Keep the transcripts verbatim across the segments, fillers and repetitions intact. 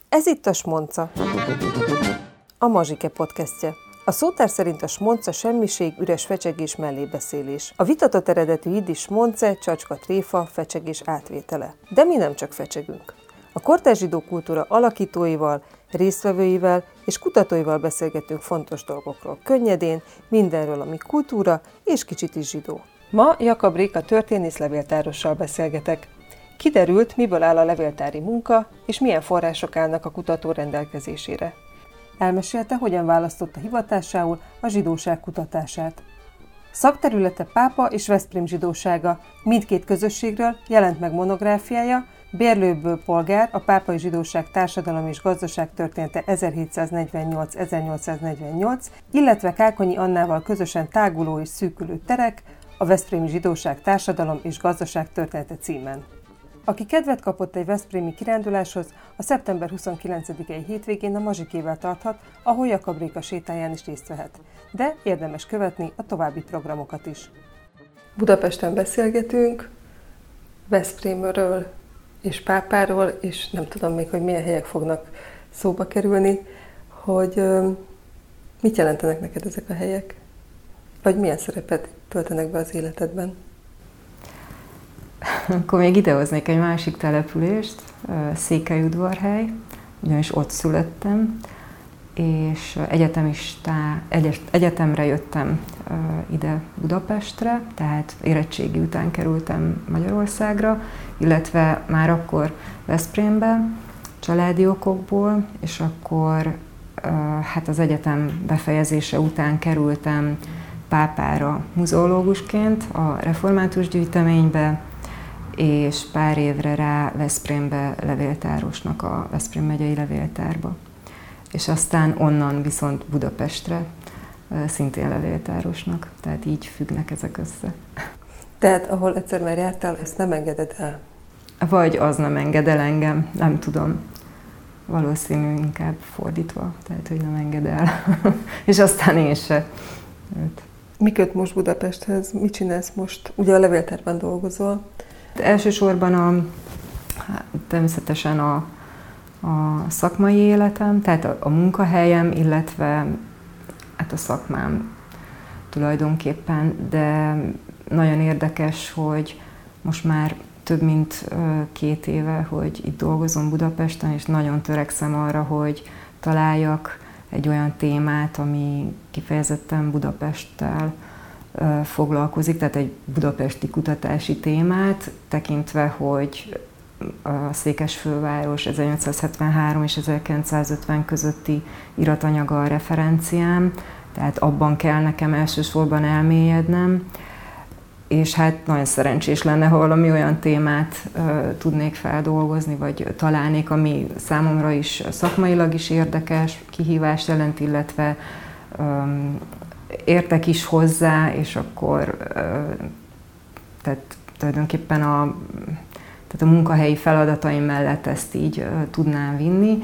Ez itt a Smonca, a Mazsike podcastje. A szótár szerint a smonca semmiség, üres fecsegés, mellébeszélés. A vitatott eredetű jiddis smonce, csacska, tréfa, fecsegés átvétele. De mi nem csak fecsegünk. A kortárs zsidó kultúra alakítóival, résztvevőivel és kutatóival beszélgetünk fontos dolgokról, könnyedén, mindenről, ami kultúra és kicsit is zsidó. Ma Jakab Réka történész levéltárossal beszélgetek. Kiderült, miből áll a levéltári munka, és milyen források állnak a kutató rendelkezésére. Elmesélte, hogyan választotta hivatásául a zsidóság kutatását. Szakterülete pápa és Veszprém zsidósága. Mindkét közösségről jelent meg monográfiája, Bérlőből polgár, a pápai zsidóság társadalom és gazdaság története ezerhétszáznegyvennyolc-ezernyolcszáznegyvennyolc, illetve Kákonyi Annával közösen Táguló és szűkülő terek, a veszprémi zsidóság társadalom és gazdaság története címen. Aki kedvet kapott egy veszprémi kiránduláshoz, a szeptember huszonkilencedikei hétvégén a Mazsikével tarthat, ahol Jakab Réka sétáján is részt vehet. De érdemes követni a további programokat is. Budapesten beszélgetünk, Veszprémről és pápáról, és nem tudom még, hogy milyen helyek fognak szóba kerülni, hogy mit jelentenek neked ezek a helyek? Vagy milyen szerepet töltenek be az életedben? Akkor még idehoznék egy másik települést, Székelyudvarhely, ugyanis ott születtem, és egyetemistá, egyet, egyetemre jöttem ide Budapestre, tehát érettségi után kerültem Magyarországra, illetve már akkor Veszprémbe, családi okokból, és akkor hát az egyetem befejezése után kerültem Pápára muzeológusként a református gyűjteménybe, és pár évre rá Veszprémbe levéltárosnak a Veszprém megyei levéltárba. És aztán onnan viszont Budapestre szintén levéltárosnak, tehát így függnek ezek össze. Tehát ahol egyszer már jártál, ezt nem engeded el? Vagy az nem enged el engem, nem tudom. Valószínű inkább fordítva, tehát hogy nem enged el. És aztán én se. Mi köt most Budapesthez? Mit csinálsz most? Ugye a levéltárban dolgozol. Elsősorban a, természetesen a, a szakmai életem, tehát a, a munkahelyem, illetve hát a szakmám tulajdonképpen, de nagyon érdekes, hogy most már több mint két éve, hogy itt dolgozom Budapesten, és nagyon törekszem arra, hogy találjak egy olyan témát, ami kifejezetten Budapesttel foglalkozik, tehát egy budapesti kutatási témát, tekintve, hogy a Székesfőváros ezernyolcszázhetvenhárom és ezerkilencszázötven közötti iratanyaga a referenciám, tehát abban kell nekem elsősorban elmélyednem, és hát nagyon szerencsés lenne, ha valami olyan témát uh, tudnék feldolgozni, vagy találnék, ami számomra is szakmailag is érdekes, kihívást jelent, illetve um, értek is hozzá, és akkor uh, tehát tulajdonképpen a, tehát a munkahelyi feladataim mellett ezt így uh, tudnám vinni.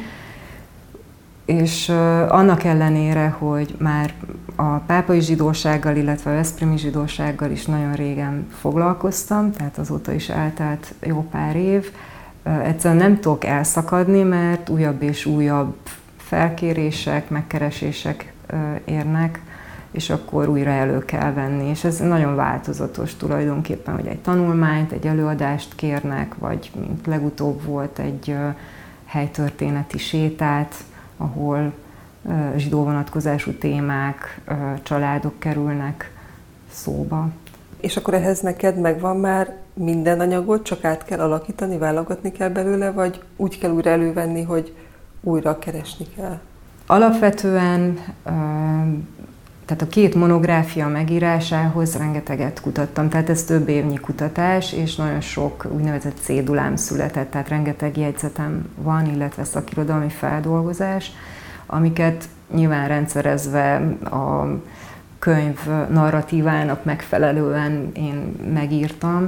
És uh, annak ellenére, hogy már a pápai zsidósággal, illetve a veszprémi zsidósággal is nagyon régen foglalkoztam, tehát azóta is eltelt jó pár év, uh, egyszerűen nem tudok elszakadni, mert újabb és újabb felkérések, megkeresések uh, érnek, és akkor újra elő kell venni. És ez nagyon változatos tulajdonképpen, hogy egy tanulmányt, egy előadást kérnek, vagy mint legutóbb volt egy uh, helytörténeti sétát, ahol uh, zsidó vonatkozású témák, uh, családok kerülnek szóba. És akkor ehhez neked megvan már minden anyagot, csak át kell alakítani, válogatni kell belőle, vagy úgy kell újra elővenni, hogy újra keresni kell? Alapvetően uh, tehát a két monográfia megírásához rengeteget kutattam, tehát ez több évnyi kutatás, és nagyon sok úgynevezett cédulám született, tehát rengeteg jegyzetem van, illetve szakirodalmi feldolgozás, amiket nyilván rendszerezve a könyv narratívának megfelelően én megírtam,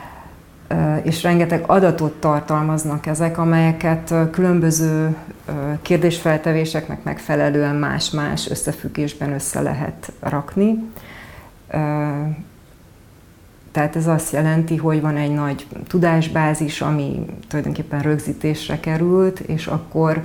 és rengeteg adatot tartalmaznak ezek, amelyeket különböző kérdésfeltevéseknek megfelelően más-más összefüggésben össze lehet rakni. Tehát ez azt jelenti, hogy van egy nagy tudásbázis, ami tulajdonképpen rögzítésre került, és akkor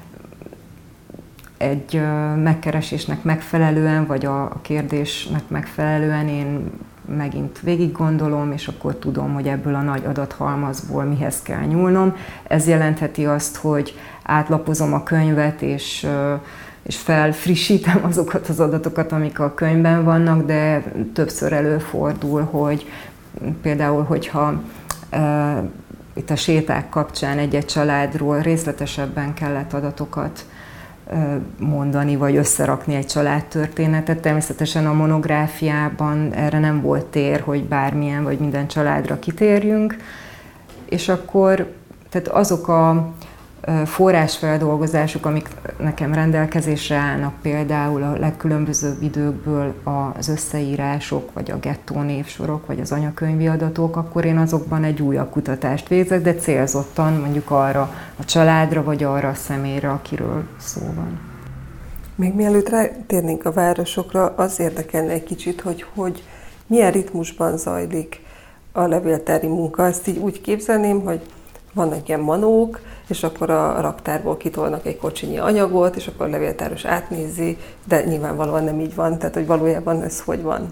egy megkeresésnek megfelelően, vagy a kérdésnek megfelelően én megint végig gondolom, és akkor tudom, hogy ebből a nagy adathalmazból mihez kell nyúlnom. Ez jelentheti azt, hogy átlapozom a könyvet, és, és felfrissítem azokat az adatokat, amik a könyvben vannak, de többször előfordul, hogy például, hogyha e, itt a séták kapcsán egy-egy családról részletesebben kellett adatokat mondani, vagy összerakni egy családtörténetet. Természetesen a monográfiában erre nem volt tér, hogy bármilyen, vagy minden családra kitérjünk, és akkor tehát azok a forrásfeldolgozások, amik nekem rendelkezésre állnak, például a legkülönbözőbb időkből az összeírások, vagy a gettó névsorok, vagy az anyakönyvi adatok, akkor én azokban egy újabb kutatást végzek, de célzottan mondjuk arra a családra, vagy arra a személyre, akiről szó van. Még mielőtt rátérnénk a városokra, az érdekelne egy kicsit, hogy, hogy milyen ritmusban zajlik a levéltári munka. Ezt így úgy képzelném, hogy vannak ilyen manók, és akkor a raktárból kitolnak egy kocsinyi anyagot, és akkor a levéltáros átnézi, de nyilvánvalóan nem így van, tehát hogy valójában ez hogy van?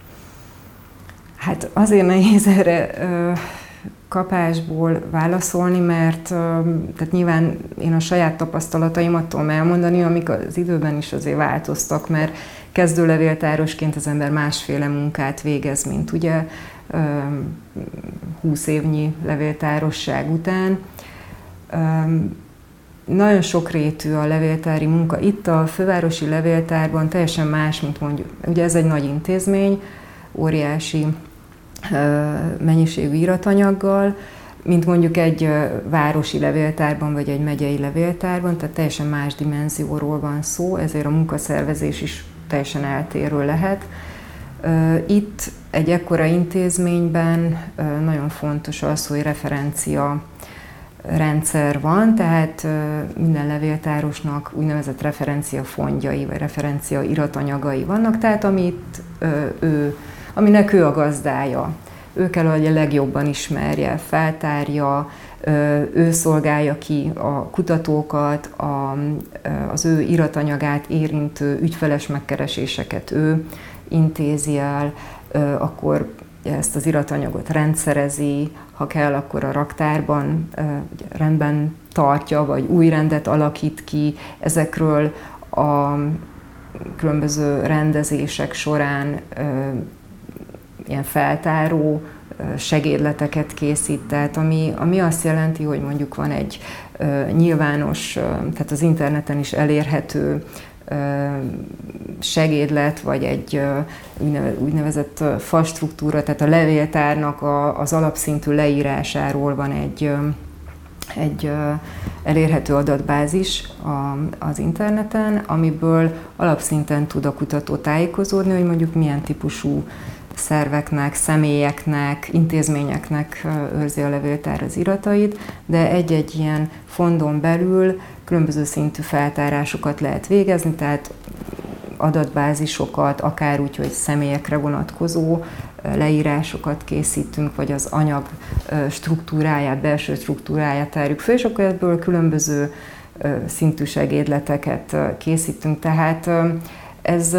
Hát azért nehéz erre ö, kapásból válaszolni, mert ö, tehát nyilván én a saját tapasztalataimat tudom elmondani, amik az időben is azért változtak, mert kezdő levéltárosként az ember másféle munkát végez, mint ugye húsz évnyi levéltárosság után. Nagyon sokrétű a levéltári munka. Itt a fővárosi levéltárban teljesen más, mint mondjuk, ugye ez egy nagy intézmény, óriási mennyiségű iratanyaggal, mint mondjuk egy városi levéltárban, vagy egy megyei levéltárban, tehát teljesen más dimenzióról van szó, ezért a munkaszervezés is teljesen eltérő lehet. Itt egy ekkora intézményben nagyon fontos az, hogy referencia rendszer van, tehát minden levéltárosnak úgynevezett referenciafondjai, vagy referencia iratanyagai vannak, tehát amit ő, aminek ő a gazdája. Ő kell, hogy a legjobban ismerje, feltárja, ő szolgálja ki a kutatókat, a, az ő iratanyagát érintő ügyfeles megkereséseket ő intézi el, akkor ezt az iratanyagot rendszerezi, ha kell, akkor a raktárban rendben tartja, vagy új rendet alakít ki. Ezekről a különböző rendezések során ilyen feltáró segédleteket készít, tehát ami, ami azt jelenti, hogy mondjuk van egy nyilvános, tehát az interneten is elérhető segédlet, vagy egy úgynevezett fastruktúra, tehát a levéltárnak az alapszintű leírásáról van egy, egy elérhető adatbázis az interneten, amiből alapszinten tud a kutató tájékozódni, hogy mondjuk milyen típusú szerveknek, személyeknek, intézményeknek őrzi a levéltár az iratait, de egy-egy ilyen fondon belül különböző szintű feltárásokat lehet végezni, tehát adatbázisokat, akár úgy, hogy személyekre vonatkozó leírásokat készítünk, vagy az anyag struktúráját, belső struktúráját tárjuk föl, és akkor ebből különböző szintű segédleteket készítünk. Tehát ez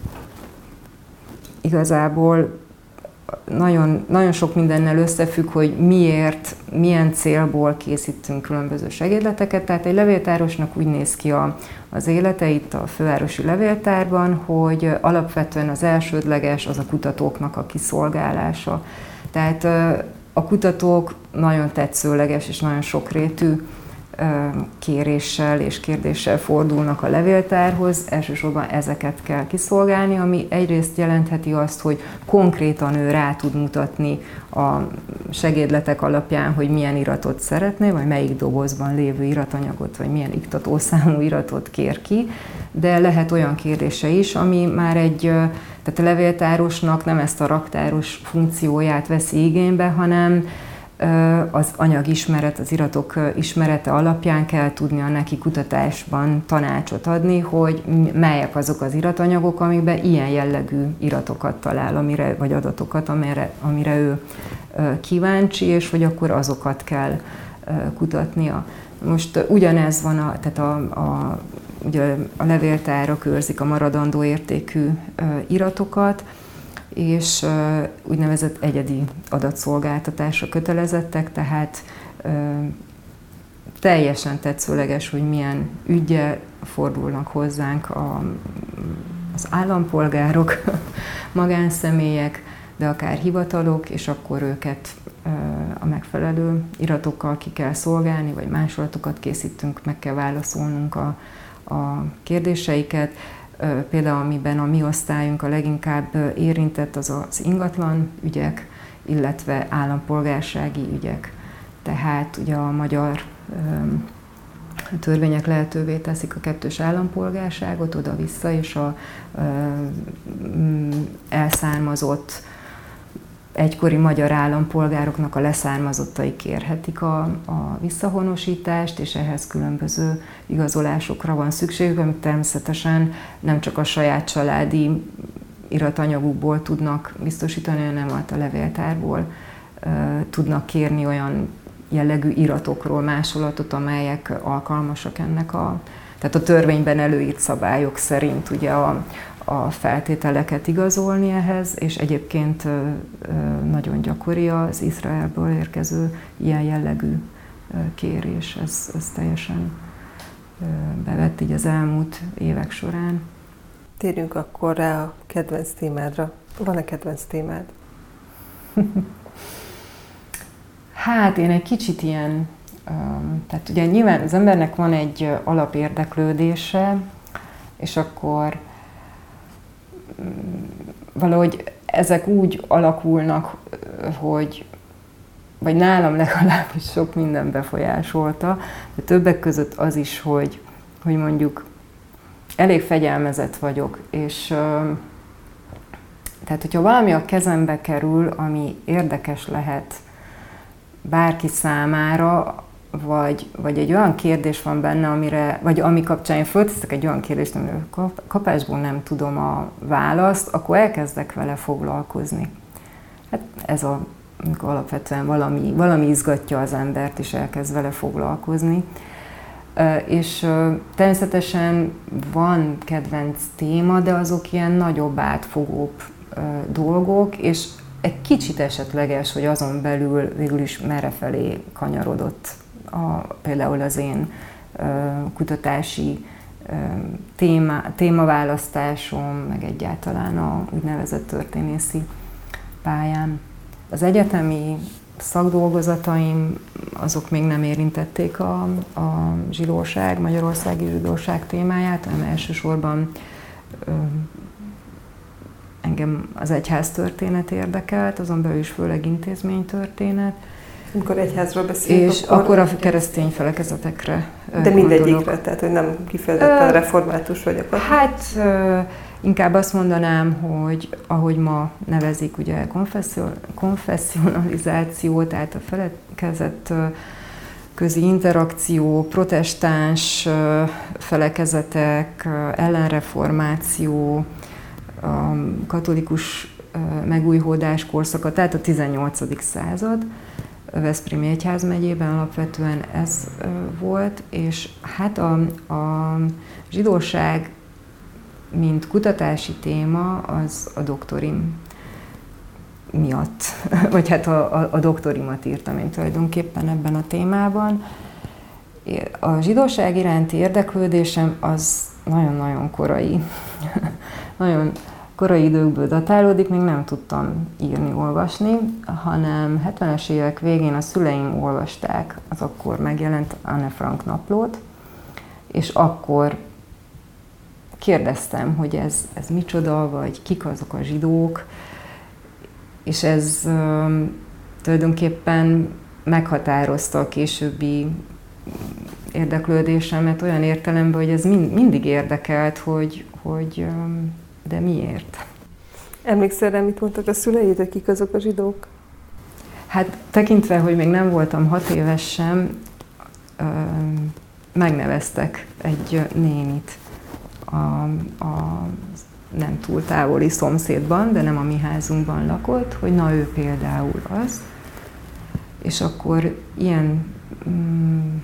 igazából nagyon, nagyon sok mindennel összefügg, hogy miért, milyen célból készítünk különböző segédleteket. Tehát egy levéltárosnak úgy néz ki a, az élete itt a fővárosi levéltárban, hogy alapvetően az elsődleges az a kutatóknak a kiszolgálása. Tehát a kutatók nagyon tetszőleges és nagyon sokrétű kéréssel és kérdéssel fordulnak a levéltárhoz, elsősorban ezeket kell kiszolgálni, ami egyrészt jelentheti azt, hogy konkrétan ő rá tud mutatni a segédletek alapján, hogy milyen iratot szeretné, vagy melyik dobozban lévő iratanyagot, vagy milyen iktatószámú iratot kér ki, de lehet olyan kérdése is, ami már egy, tehát a levéltárosnak nem ezt a raktáros funkcióját veszi igénybe, hanem az anyagismeret, az iratok ismerete alapján kell tudnia neki kutatásban tanácsot adni, hogy melyek azok az iratanyagok, amikben ilyen jellegű iratokat talál, amire, vagy adatokat, amire, amire ő kíváncsi, és hogy akkor azokat kell kutatnia. Most ugyanez van, a, tehát a, a, ugye a levéltárok őrzik a maradandó értékű iratokat, és úgynevezett egyedi adatszolgáltatásra kötelezettek, tehát teljesen tetszőleges, hogy milyen üggyel fordulnak hozzánk a, az állampolgárok, magánszemélyek, de akár hivatalok, és akkor őket a megfelelő iratokkal ki kell szolgálni, vagy másolatokat készítünk, meg kell válaszolnunk a, a kérdéseiket. Például amiben a mi osztályunk a leginkább érintett, az az ingatlan ügyek, illetve állampolgársági ügyek. Tehát ugye a magyar törvények lehetővé teszik a kettős állampolgárságot oda-vissza, és a elszármazott egykori magyar állampolgároknak a leszármazottai kérhetik a, a visszahonosítást, és ehhez különböző igazolásokra van szükségük, amit természetesen nem csak a saját családi iratanyagukból tudnak biztosítani, hanem a levéltárból e, tudnak kérni olyan jellegű iratokról másolatot, amelyek alkalmasak ennek a, tehát a törvényben előírt szabályok szerint ugye a, a feltételeket igazolni ehhez, és egyébként nagyon gyakori az Izraelből érkező ilyen jellegű kérés. Ez, ez teljesen bevett így az elmúlt évek során. Térjünk akkor rá a kedvenc témádra. Van-e kedvenc témád? Hát én egy kicsit ilyen, tehát ugye nyilván az embernek van egy alapérdeklődése, és akkor valahogy ezek úgy alakulnak, hogy, vagy nálam legalábbis sok minden befolyásolta, de többek között az is, hogy, hogy mondjuk elég fegyelmezett vagyok, és tehát, hogyha valami a kezembe kerül, ami érdekes lehet bárki számára, vagy, vagy egy olyan kérdés van benne, amire, vagy ami kapcsán én fölteszek egy olyan kérdést, amire kapásból nem tudom a választ, akkor elkezdek vele foglalkozni. Hát ez a, amikor alapvetően valami, valami izgatja az embert, és elkezd vele foglalkozni. És természetesen van kedvenc téma, de azok ilyen nagyobb, átfogóbb dolgok, és egy kicsit esetleges, hogy azon belül végül is merrefelé kanyarodott a, például az én ö, kutatási ö, téma, témaválasztásom, meg egyáltalán a úgynevezett történészi pályám. Az egyetemi szakdolgozataim, azok még nem érintették a, a zsidóság, magyarországi zsidóság témáját, hanem elsősorban ö, engem az egyháztörténet érdekelt, azon belül is főleg intézménytörténet. Amikor egyházról beszélünk, és akkor, akkor a keresztény felekezetekre de mindegyikre, tehát hogy nem kifejezetten református vagyok. Hát inkább azt mondanám, hogy ahogy ma nevezik ugye konfessionalizáció, tehát a felekezet közi interakció, protestáns felekezetek, ellenreformáció, a katolikus megújhódás korszaka, tehát a tizennyolcadik század, Veszprémi egyházmegyében alapvetően ez volt, és hát a, a zsidóság, mint kutatási téma, az a doktorim miatt, vagy hát a, a, a doktorimat írtam én tulajdonképpen ebben a témában. A zsidóság iránti érdeklődésem az nagyon-nagyon korai, nagyon korai időkből datálódik, még nem tudtam írni, olvasni, hanem hetvenes évek végén a szüleim olvasták az akkor megjelent Anne Frank naplót, és akkor kérdeztem, hogy ez, ez micsoda, vagy kik azok a zsidók, és ez um, tulajdonképpen meghatározta a későbbi érdeklődésemet olyan értelemben, hogy ez mind, mindig érdekelt, hogy, hogy um, de miért? Emlékszel rá, mit mondtak a szüleid, hogy kik azok a zsidók? Hát tekintve, hogy még nem voltam hat éves sem, ö, megneveztek egy nénit a, a nem túl távoli szomszédban, de nem a mi házunkban lakott, hogy na ő például az. És akkor ilyen mm,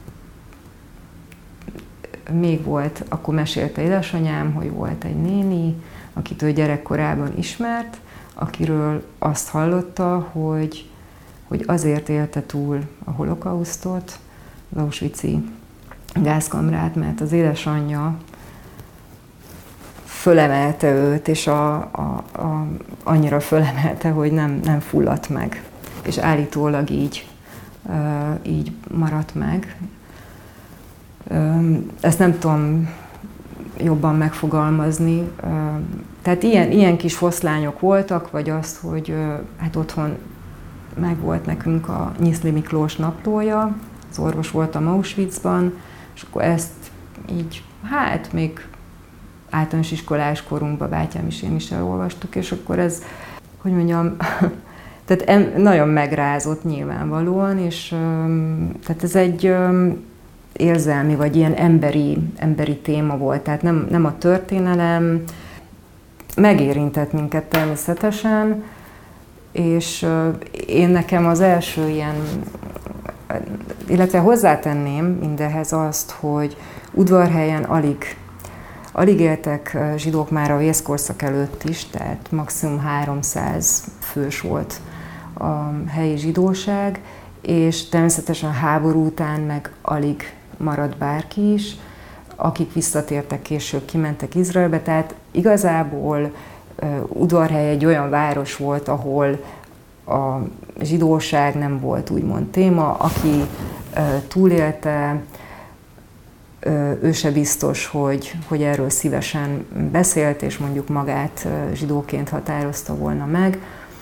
még volt, akkor mesélte édesanyám, hogy volt egy néni, akit ő gyerekkorában ismert, akiről azt hallotta, hogy, hogy azért élte túl a holokausztot, az auschwitzi gázkamrát, mert az édesanyja fölemelte őt, és a, a, a, annyira fölemelte, hogy nem, nem fulladt meg. És állítólag így, uh, így maradt meg. Um, ezt nem tudom jobban megfogalmazni. Uh, tehát ilyen, ilyen kis foszlányok voltak, vagy az, hogy uh, hát otthon megvolt nekünk a Nyiszli Miklós naplója, az orvos voltam Auschwitzban, és akkor ezt így, hát még általános iskolás korunkban bátyám is, én is elolvastuk, és akkor ez, hogy mondjam, tehát em, nagyon megrázott nyilvánvalóan, és um, tehát ez egy um, érzelmi, vagy ilyen emberi, emberi téma volt, tehát nem, nem a történelem, megérintett minket természetesen, és uh, én nekem az első ilyen, illetve hozzátenném mindehhez azt, hogy Udvarhelyen alig Alig éltek zsidók már a vészkorszak előtt is, tehát maximum háromszáz fős volt a helyi zsidóság, és természetesen a háború után meg alig maradt bárki is, akik visszatértek később, kimentek Izraelbe, tehát igazából Udvarhely egy olyan város volt, ahol a zsidóság nem volt úgymond téma, aki túlélte, ő se biztos, hogy, hogy erről szívesen beszélt, és mondjuk magát zsidóként határozta volna meg.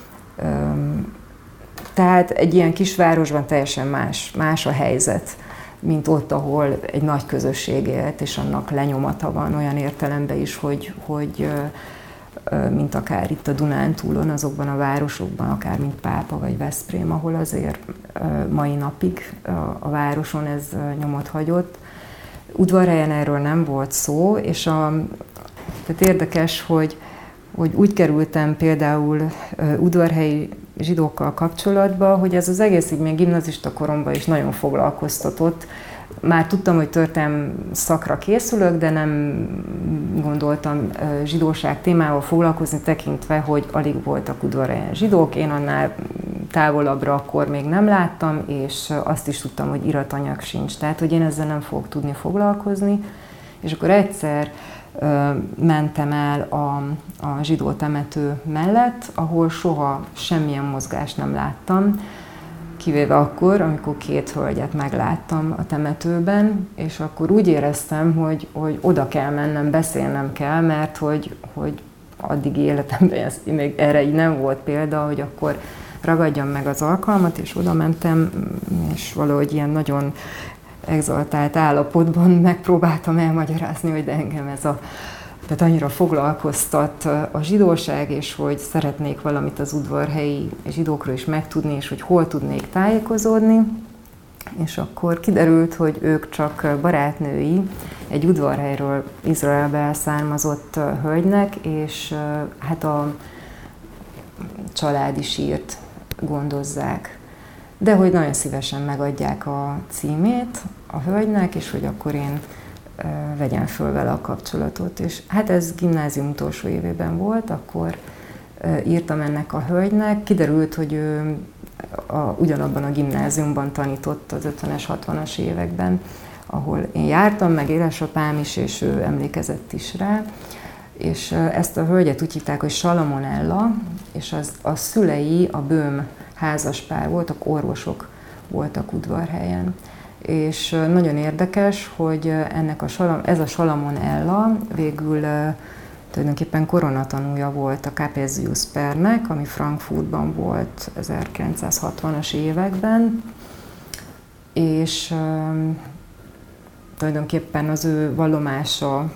Tehát egy ilyen kisvárosban teljesen más, más a helyzet, mint ott, ahol egy nagy közösség élt, és annak lenyomata van olyan értelemben is, hogy, hogy mint akár itt a Dunántúlon, azokban a városokban, akár mint Pápa vagy Veszprém, ahol azért mai napig a városon ez nyomot hagyott. Udvarhelyen erről nem volt szó, és a, tehát érdekes, hogy, hogy úgy kerültem például udvarhelyi zsidókkal kapcsolatba, hogy ez az egész így még gimnazista koromban is nagyon foglalkoztatott. Már tudtam, hogy történelem szakra készülök, de nem gondoltam zsidóság témával foglalkozni, tekintve, hogy alig voltak Udvarhelyen zsidók. Én annál távolabbra akkor még nem láttam, és azt is tudtam, hogy iratanyag sincs. Tehát, hogy én ezzel nem fogok tudni foglalkozni. És akkor egyszer ö, mentem el a, a zsidó temető mellett, ahol soha semmilyen mozgást nem láttam, kivéve akkor, amikor két hölgyet megláttam a temetőben, és akkor úgy éreztem, hogy, hogy oda kell mennem, beszélnem kell, mert hogy, hogy addig életemben ez, még erre így nem volt példa, hogy akkor ragadjam meg az alkalmat, és oda mentem, és valahogy ilyen nagyon exaltált állapotban megpróbáltam elmagyarázni, hogy de engem ez a, tehát annyira foglalkoztat a zsidóság, és hogy szeretnék valamit az udvarhelyi zsidókról is megtudni, és hogy hol tudnék tájékozódni. És akkor kiderült, hogy ők csak barátnői egy udvarhelyről Izraelbe elszármazott hölgynek, és hát a családi sírt gondozzák. De hogy nagyon szívesen megadják a címét a hölgynek, és hogy akkor én e, vegyem föl vele a kapcsolatot. És hát ez gimnázium utolsó évében volt, akkor e, írtam ennek a hölgynek. Kiderült, hogy ő a, ugyanabban a gimnáziumban tanított az ötvenes, hatvanas években, ahol én jártam, meg édesapám is, és ő emlékezett is rá. És ezt a hölgyet úgy hívták, hogy Salamonella, és az, a szülei a böhm házaspár voltak, orvosok voltak Udvarhelyen. És nagyon érdekes, hogy ennek a Salam, ez a Salamonella végül tulajdonképpen koronatanúja volt a Capesius pernek, ami Frankfurtban volt ezerkilencszázhatvanas években, és tulajdonképpen az ő vallomása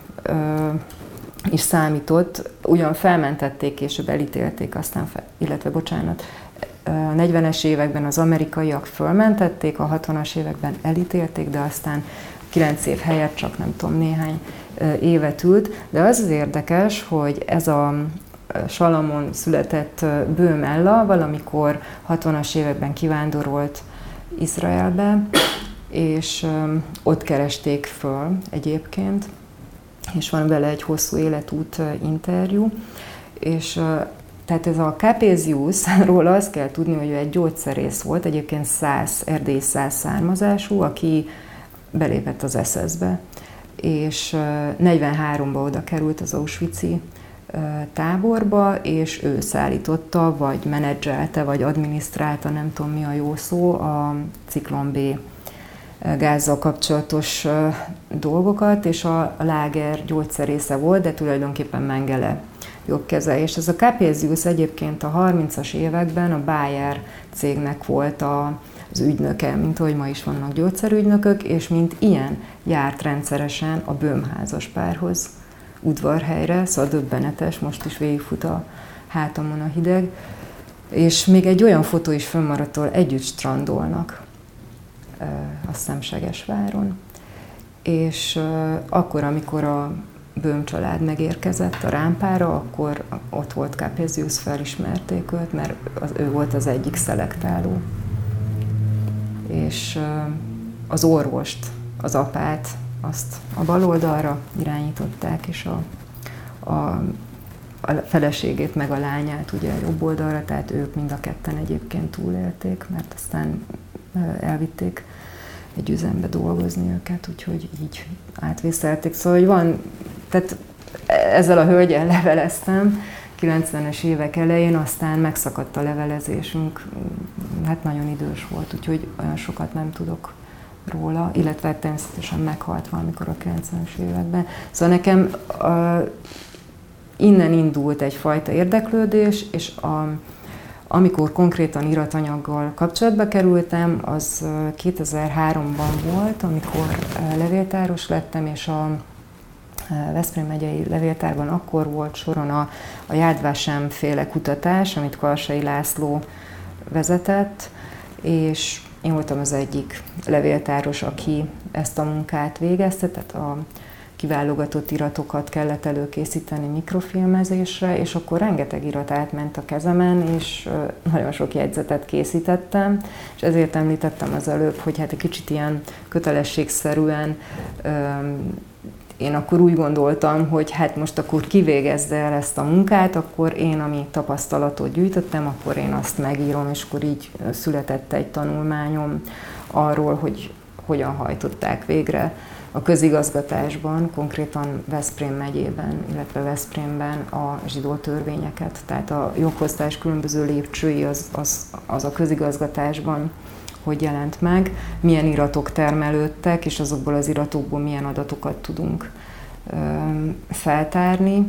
is számított, ugyan felmentették, később elítélték, aztán fel, illetve bocsánat, A negyvenes években az amerikaiak fölmentették, a hatvanas években elítélték, de aztán kilenc év helyett csak nem tudom, néhány évet ült. De az az érdekes, hogy ez a Salamon született Böhm Ella valamikor hatvanas években kivándorolt Izraelbe, és ott keresték föl egyébként, és van vele egy hosszú életút interjú, és tehát ez a Capesiusról azt kell tudni, hogy ő egy gyógyszerész volt, egyébként szász, erdélyi szász származású, aki belépett az es es-be, és negyvenháromban oda került az auschwitzi táborba, és ő szállította, vagy menedzselte, vagy adminisztrálta, nem tudom mi a jó szó, a ciklon B gázzal kapcsolatos dolgokat, és a láger gyógyszerésze volt, de tulajdonképpen Mengele jobb keze. És ez a Capesius egyébként a harmincas években a Bayer cégnek volt a, az ügynöke, mint ahogy ma is vannak gyógyszerügynökök, és mint ilyen járt rendszeresen a Böhm házaspárhoz udvarhelyre, szóval döbbenetes, most is végigfut a hátamon a hideg. És még egy olyan fotó is fönnmaradt, ahol együtt strandolnak, a Szemsegesváron. És akkor, amikor a Böhm család megérkezett a rámpára, akkor ott volt Capesius, felismerték őt, mert az, ő volt az egyik szelektáló. És az orvost, az apát, azt a bal oldalra irányították, és a, a, a feleségét meg a lányát ugye a jobb oldalra, tehát ők mind a ketten egyébként túlélték, mert aztán elvitték egy üzembe dolgozni őket, úgyhogy így átvészelték. Szóval, hogy van, tehát ezzel a hölgyel leveleztem kilencvenes évek elején, aztán megszakadt a levelezésünk, hát nagyon idős volt, úgyhogy olyan sokat nem tudok róla, illetve természetesen meghalt valamikor a kilencvenes években. Szóval nekem uh, innen indult egyfajta érdeklődés, és a amikor konkrétan iratanyaggal kapcsolatba kerültem, az kétezer-háromban volt, amikor levéltáros lettem, és a Veszprém megyei levéltárban akkor volt soron a, a Yad Vashem féle kutatás, amit Karsai László vezetett, és én voltam az egyik levéltáros, aki ezt a munkát végezte, tehát a kiválogatott iratokat kellett előkészíteni mikrofilmezésre, és akkor rengeteg irat átment a kezemen, és nagyon sok jegyzetet készítettem, és ezért említettem az előbb, hogy hát egy kicsit ilyen kötelességszerűen én akkor úgy gondoltam, hogy hát most akkor kivégezze el ezt a munkát, akkor én, ami tapasztalatot gyűjtöttem, akkor én azt megírom, és akkor így született egy tanulmányom arról, hogy hogyan hajtották végre a közigazgatásban, konkrétan Veszprém megyében, illetve Veszprémben a zsidó törvényeket. Tehát a joghoztás különböző lépcsői az, az, az a közigazgatásban hogy jelent meg, milyen iratok termelődtek, és azokból az iratokból milyen adatokat tudunk ö, feltárni.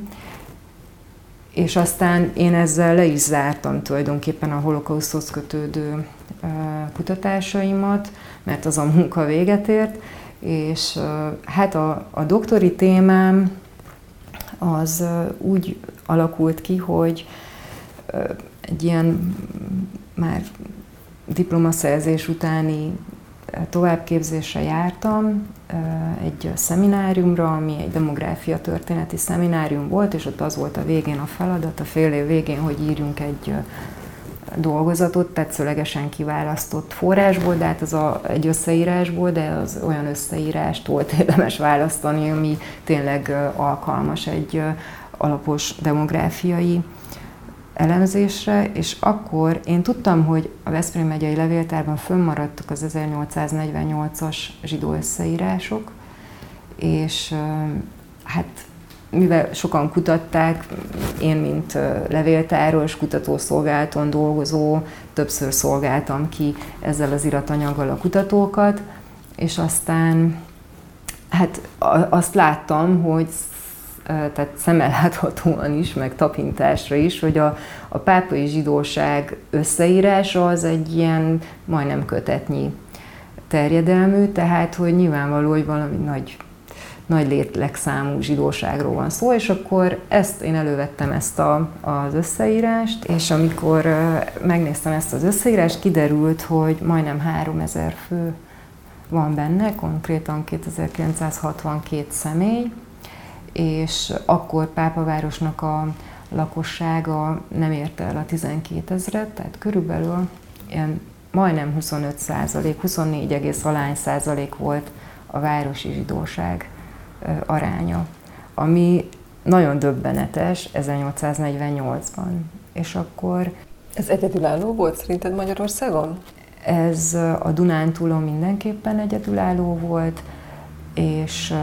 És aztán én ezzel le is zártam tulajdonképpen a holokauszthoz kötődő ö, kutatásaimat, mert az a munka véget ért, és hát a, a doktori témám az úgy alakult ki, hogy egy ilyen már diplomaszerzés utáni továbbképzésre jártam, egy szemináriumra, ami egy demográfia történeti szeminárium volt, és ott az volt a végén a feladat, a fél év végén, hogy írjunk egy dolgozatot tetszőlegesen kiválasztott forrásból, de hát az a, egy összeírásból, de az olyan összeírást volt érdemes választani, ami tényleg alkalmas egy alapos demográfiai elemzésre, és akkor én tudtam, hogy a Veszprém megyei levéltárban fönnmaradtak az ezernyolcszáznegyvennyolcas zsidó összeírások, és hát mivel sokan kutatták, én, mint levéltáros, kutatószolgálaton dolgozó, többször szolgáltam ki ezzel az iratanyaggal a kutatókat, és aztán hát azt láttam, hogy tehát szemmel láthatóan is, meg tapintásra is, hogy a, a pápai zsidóság összeírása az egy ilyen majdnem kötetnyi terjedelmű, tehát hogy nyilvánvaló, hogy valami nagy nagy létlegszámú zsidóságról van szó, és akkor ezt én elővettem ezt a, az összeírást, és amikor megnéztem ezt az összeírást, kiderült, hogy majdnem háromezer fő van benne, konkrétan kétezer-kilencszázhatvankét személy, és akkor Pápavárosnak a lakossága nem érte el a tizenkétezret, tehát körülbelül ilyen majdnem huszonöt százalék, huszonnégy egész valány százalék volt a városi zsidóság aránya, ami nagyon döbbenetes ezernyolcszáznegyvennyolcban. És akkor... Ez egyedülálló volt szerinted Magyarországon? Ez a Dunántúlon mindenképpen egyedülálló volt, és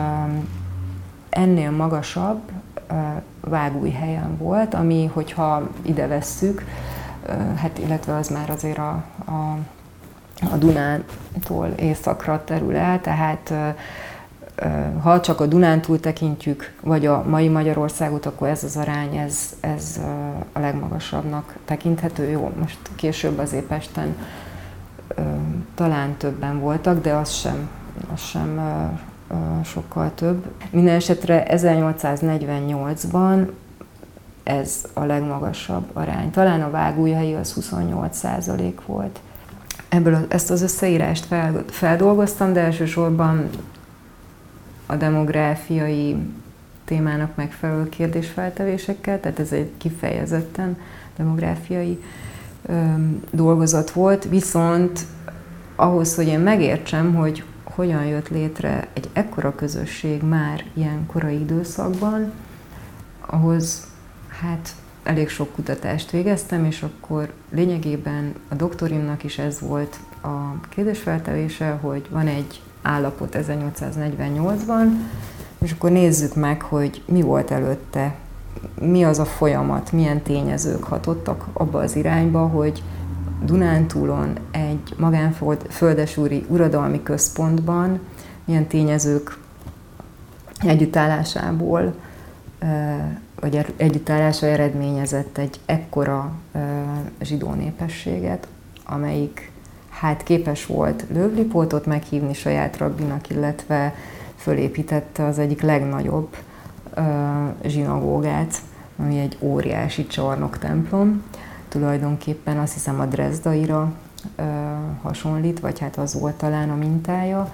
ennél magasabb Vágújhelyen volt, ami, hogyha ide vesszük, hát illetve az már azért a, a, a Dunántól északra terül el, tehát ha csak a Dunántúl tekintjük, vagy a mai Magyarországot, akkor ez az arány, ez, ez a legmagasabbnak tekinthető. Jó, most később azért Pesten talán többen voltak, de az sem, az sem sokkal több. Minden esetre ezernyolcszáznegyvennyolcban ez a legmagasabb arány. Talán a vágújhelyi az huszonnyolc százalék volt. Ebből ezt az összeírást fel, feldolgoztam, de elsősorban a demográfiai témának megfelelő kérdésfeltevésekkel, tehát ez egy kifejezetten demográfiai ö, dolgozat volt, viszont ahhoz, hogy én megértsem, hogy hogyan jött létre egy ekkora közösség már ilyen korai időszakban, ahhoz hát elég sok kutatást végeztem, és akkor lényegében a doktorimnak is ez volt a kérdésfeltevése, hogy van egy állapot ezernyolcszáznegyvennyolcban, és akkor nézzük meg, hogy mi volt előtte, mi az a folyamat, milyen tényezők hatottak abba az irányba, hogy Dunántúlon egy magánföldesúri uradalmi központban milyen tényezők együttállásából, vagy együttállása eredményezett egy ekkora zsidó népességet, amelyik hát képes volt Lőv-Lipótot meghívni saját rabbinak, illetve fölépítette az egyik legnagyobb zsinagógát, ami egy óriási csarnok templom. Tulajdonképpen azt hiszem a Drezdaira ö, hasonlít, vagy hát az volt talán a mintája.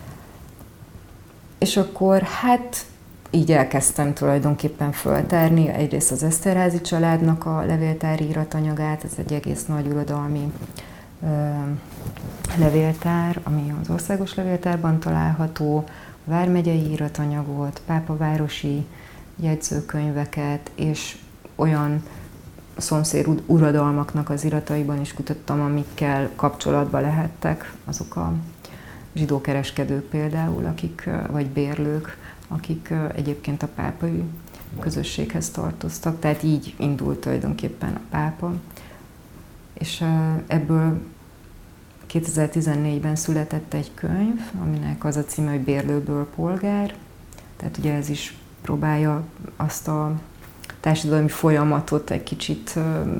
És akkor hát így elkezdtem tulajdonképpen föltárni egyrészt az Eszterházy családnak a levéltári iratanyagát, ez egy egész nagy uradalmi ö, levéltár, ami az országos levéltárban található, a vármegyei iratanyagot, pápavárosi jegyzőkönyveket, és olyan szomszéd uradalmaknak az irataiban is kutattam, amikkel kapcsolatba lehettek azok a zsidó kereskedők például, akik, vagy bérlők, akik egyébként a pápai közösséghez tartoztak. Tehát így indult tulajdonképpen a pápa. És ebből kétezer-tizennégyben született egy könyv, aminek az a címe, hogy Bérlőből polgár. Tehát ugye ez is próbálja azt a társadalmi folyamatot egy kicsit ö, ö,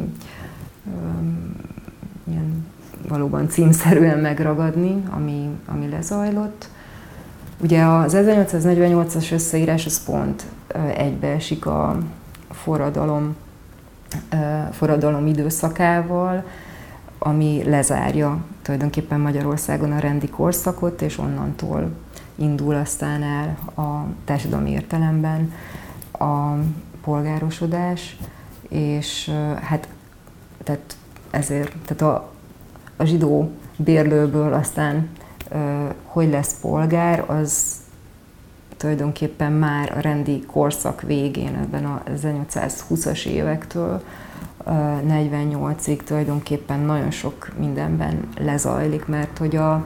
ilyen valóban címszerűen megragadni, ami, ami lezajlott. Ugye az ezernyolcszáznegyvennyolcas összeírás az pont ö, egybeesik a forradalom, ö, forradalom időszakával, ami lezárja tulajdonképpen Magyarországon a rendi korszakot, és onnantól indul aztán el a társadalmi értelemben a polgárosodás, és hát tehát ezért tehát a, a zsidó bérlőből aztán hogy lesz polgár, az tulajdonképpen már a rendi korszak végén, ebben a ezernyolcszázhúszas évektől negyvennyolcig tulajdonképpen nagyon sok mindenben lezajlik, mert hogy a,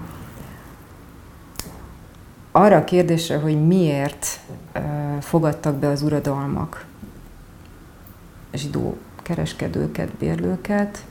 arra a kérdésre, hogy miért fogadtak be az uradalmak zsidó kereskedőket, bérlőket,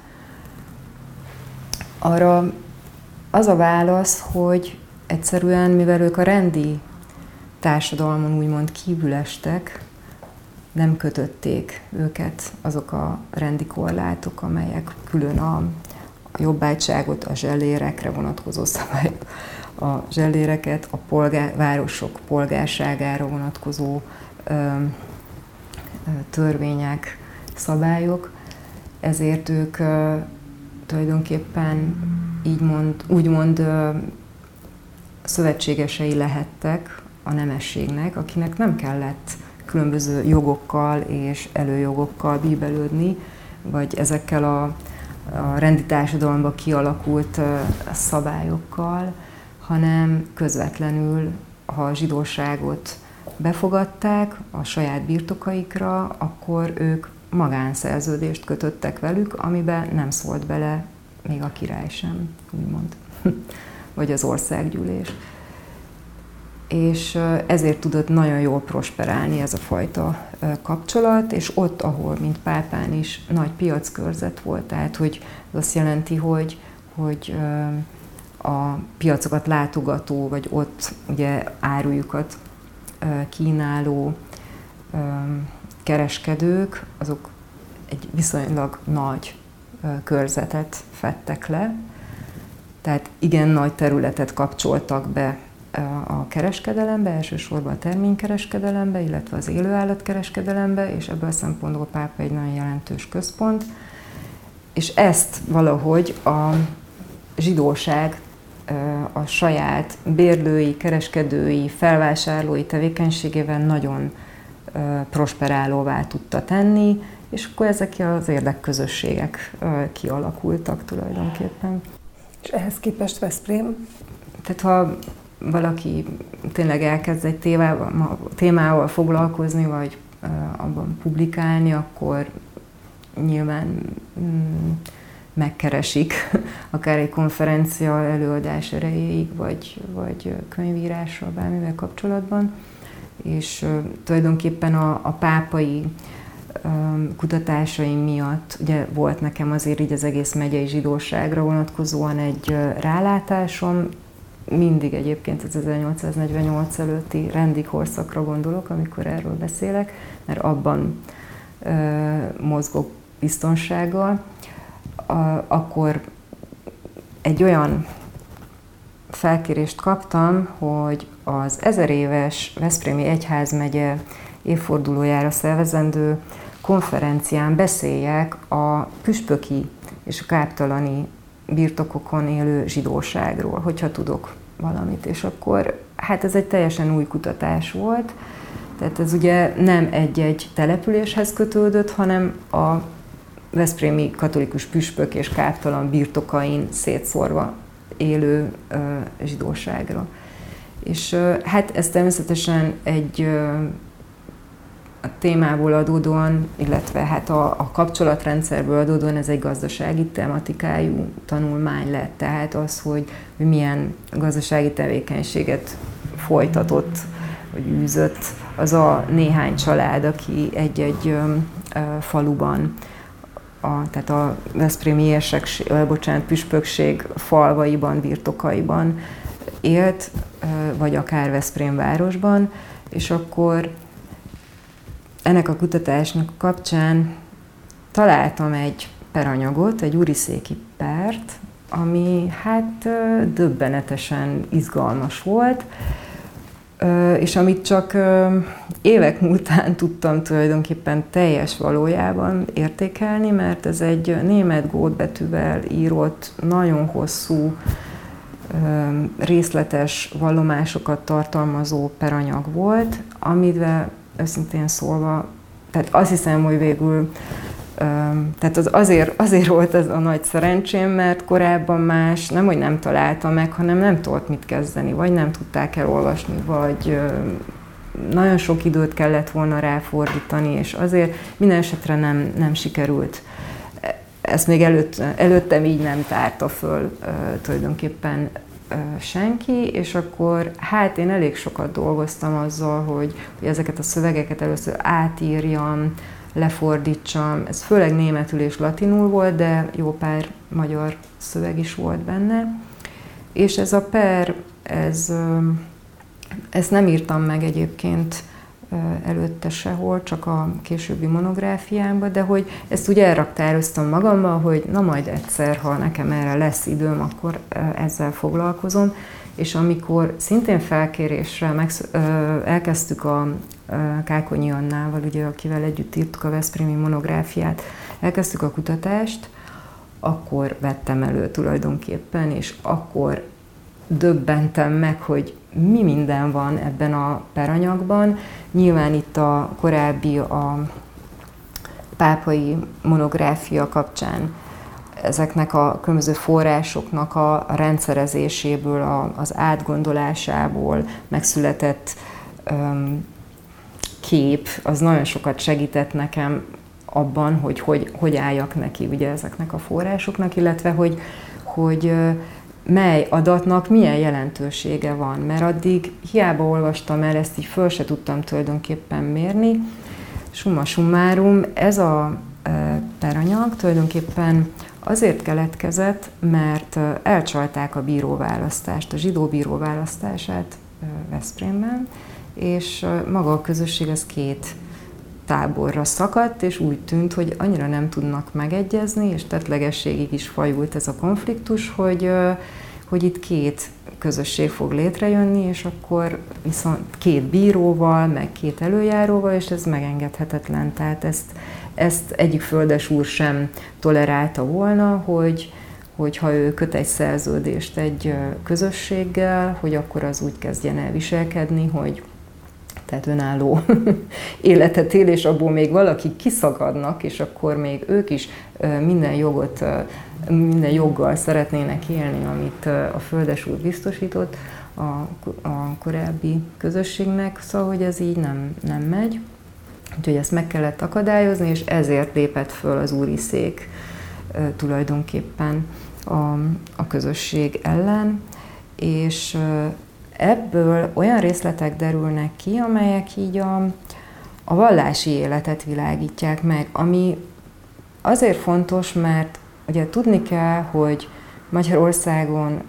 arra az a válasz, hogy egyszerűen, mivel ők a rendi társadalmon úgymond kívül estek, nem kötötték őket azok a rendi korlátok, amelyek külön a jobbágyságot, a zsellérekre vonatkozó szabályok, a zselléreket, a polgár, városok polgárságára vonatkozó ö, ö, törvények, szabályok, ezért ők ö, tulajdonképpen így mond, úgymond ö, szövetségesei lehettek a nemességnek, akinek nem kellett különböző jogokkal és előjogokkal bíbelődni, vagy ezekkel a, a rendi társadalomban kialakult ö, szabályokkal, hanem közvetlenül, ha a zsidóságot befogadták a saját birtokaikra, akkor ők magánszerződést kötöttek velük, amiben nem szólt bele még a király sem, úgymond, vagy az országgyűlés. És ezért tudott nagyon jól prosperálni ez a fajta kapcsolat, és ott, ahol, mint Pápán is, nagy piackörzet volt, tehát hogy az azt jelenti, hogy, hogy a piacokat látogató, vagy ott ugye árujukat kínáló kereskedők, azok egy viszonylag nagy körzetet fedtek le, tehát igen nagy területet kapcsoltak be a kereskedelembe, elsősorban a terménykereskedelembe, illetve az élőállatkereskedelembe, és ebből a szempontból Pápa egy nagyon jelentős központ. És ezt valahogy a zsidóság a saját bérlői, kereskedői, felvásárlói tevékenységével nagyon prosperálóvá tudta tenni, és akkor ezek az érdekközösségek kialakultak tulajdonképpen. És ehhez képest Veszprém? Tehát ha valaki tényleg elkezd egy témával, témával foglalkozni, vagy abban publikálni, akkor nyilván mm, megkeresik, akár egy konferencia előadás erejéig, vagy, vagy könyvírással, bármivel kapcsolatban. És uh, tulajdonképpen a, a pápai um, kutatásaim miatt ugye volt nekem azért így az egész megyei zsidóságra vonatkozóan egy uh, rálátásom, mindig egyébként az ezernyolcszáznegyvennyolc előtti rendi korszakra gondolok, amikor erről beszélek, mert abban uh, mozgok biztonsággal. A, akkor egy olyan felkérést kaptam, hogy az ezer éves Veszprémi Egyházmegye évfordulójára szervezendő konferencián beszéljek a püspöki és a káptalani birtokokon élő zsidóságról, hogyha tudok valamit. És akkor hát ez egy teljesen új kutatás volt, tehát ez ugye nem egy-egy településhez kötődött, hanem a veszprémi katolikus püspök és káptalan birtokain szétszórva élő uh, zsidóságra. És uh, hát ez természetesen egy uh, a témából adódóan, illetve hát a, a kapcsolatrendszerből adódóan ez egy gazdasági tematikájú tanulmány lett. Tehát az, hogy milyen gazdasági tevékenységet folytatott, vagy űzött az a néhány család, aki egy-egy um, uh, faluban, A, tehát a veszprémi érsekség, bocsánat, püspökség falvaiban, birtokaiban élt, vagy akár Veszprém városban, és akkor ennek a kutatásnak kapcsán találtam egy peranyagot, egy úriszéki pert, ami hát döbbenetesen izgalmas volt, és amit csak évek múltán tudtam tulajdonképpen teljes valójában értékelni, mert ez egy német gótbetűvel írott, nagyon hosszú, részletes vallomásokat tartalmazó peranyag volt, amivel őszintén szólva, tehát azt hiszem, hogy végül Tehát az azért, azért volt ez a nagy szerencsém, mert korábban más nem, hogy nem találta meg, hanem nem tudott mit kezdeni, vagy nem tudták elolvasni, vagy nagyon sok időt kellett volna ráfordítani, és azért minden esetre nem, nem sikerült. Ezt még előtt, előttem így nem tárta föl tulajdonképpen senki, és akkor hát én elég sokat dolgoztam azzal, hogy, hogy ezeket a szövegeket először átírjam, lefordítsam. Ez főleg németül és latinul volt, de jó pár magyar szöveg is volt benne. És ez a per, ez, ezt nem írtam meg egyébként előtte sehol, csak a későbbi monográfiámban, de hogy ezt úgy elraktároztam magammal, hogy na majd egyszer, ha nekem erre lesz időm, akkor ezzel foglalkozom. és amikor szintén felkérésre megsz, ö, elkezdtük a ö, Kákonyi Annával, ugye, akivel együtt írtuk a veszprémi monográfiát, elkezdtük a kutatást, akkor vettem elő tulajdonképpen, és akkor döbbentem meg, hogy mi minden van ebben a peranyagban. Nyilván itt a korábbi, a pápai monográfia kapcsán ezeknek a különböző forrásoknak a rendszerezéséből, a, az átgondolásából megszületett um, kép, az nagyon sokat segített nekem abban, hogy hogy, hogy álljak neki ugye ezeknek a forrásoknak, illetve hogy, hogy uh, mely adatnak milyen jelentősége van, mert addig hiába olvastam el, ezt így föl se tudtam tulajdonképpen mérni. Summa summarum, ez a uh, peranyag tulajdonképpen azért keletkezett, mert elcsalták a bíróválasztást, a zsidó bíróválasztását Veszprémben, és maga a közösség az két táborra szakadt, és úgy tűnt, hogy annyira nem tudnak megegyezni, és tettlegességig is fajult ez a konfliktus, hogy, hogy itt két közösség fog létrejönni, és akkor viszont két bíróval, meg két előjáróval, és ez megengedhetetlen. Tehát ezt, ezt egyik földesúr sem tolerálta volna, hogy, hogy ha ő köt egy szerződést egy közösséggel, hogy akkor az úgy kezdjen el viselkedni, hogy tehát önálló életet él, és abból még valaki kiszakadnak, és akkor még ők is minden jogot, minden joggal szeretnének élni, amit a földesúr biztosított a, a korábbi közösségnek, szóval, hogy ez így nem, nem megy. Úgyhogy ezt meg kellett akadályozni, és ezért lépett föl az úri szék tulajdonképpen a, a közösség ellen, és ebből olyan részletek derülnek ki, amelyek így a, a vallási életet világítják meg, ami azért fontos, mert ugye tudni kell, hogy Magyarországon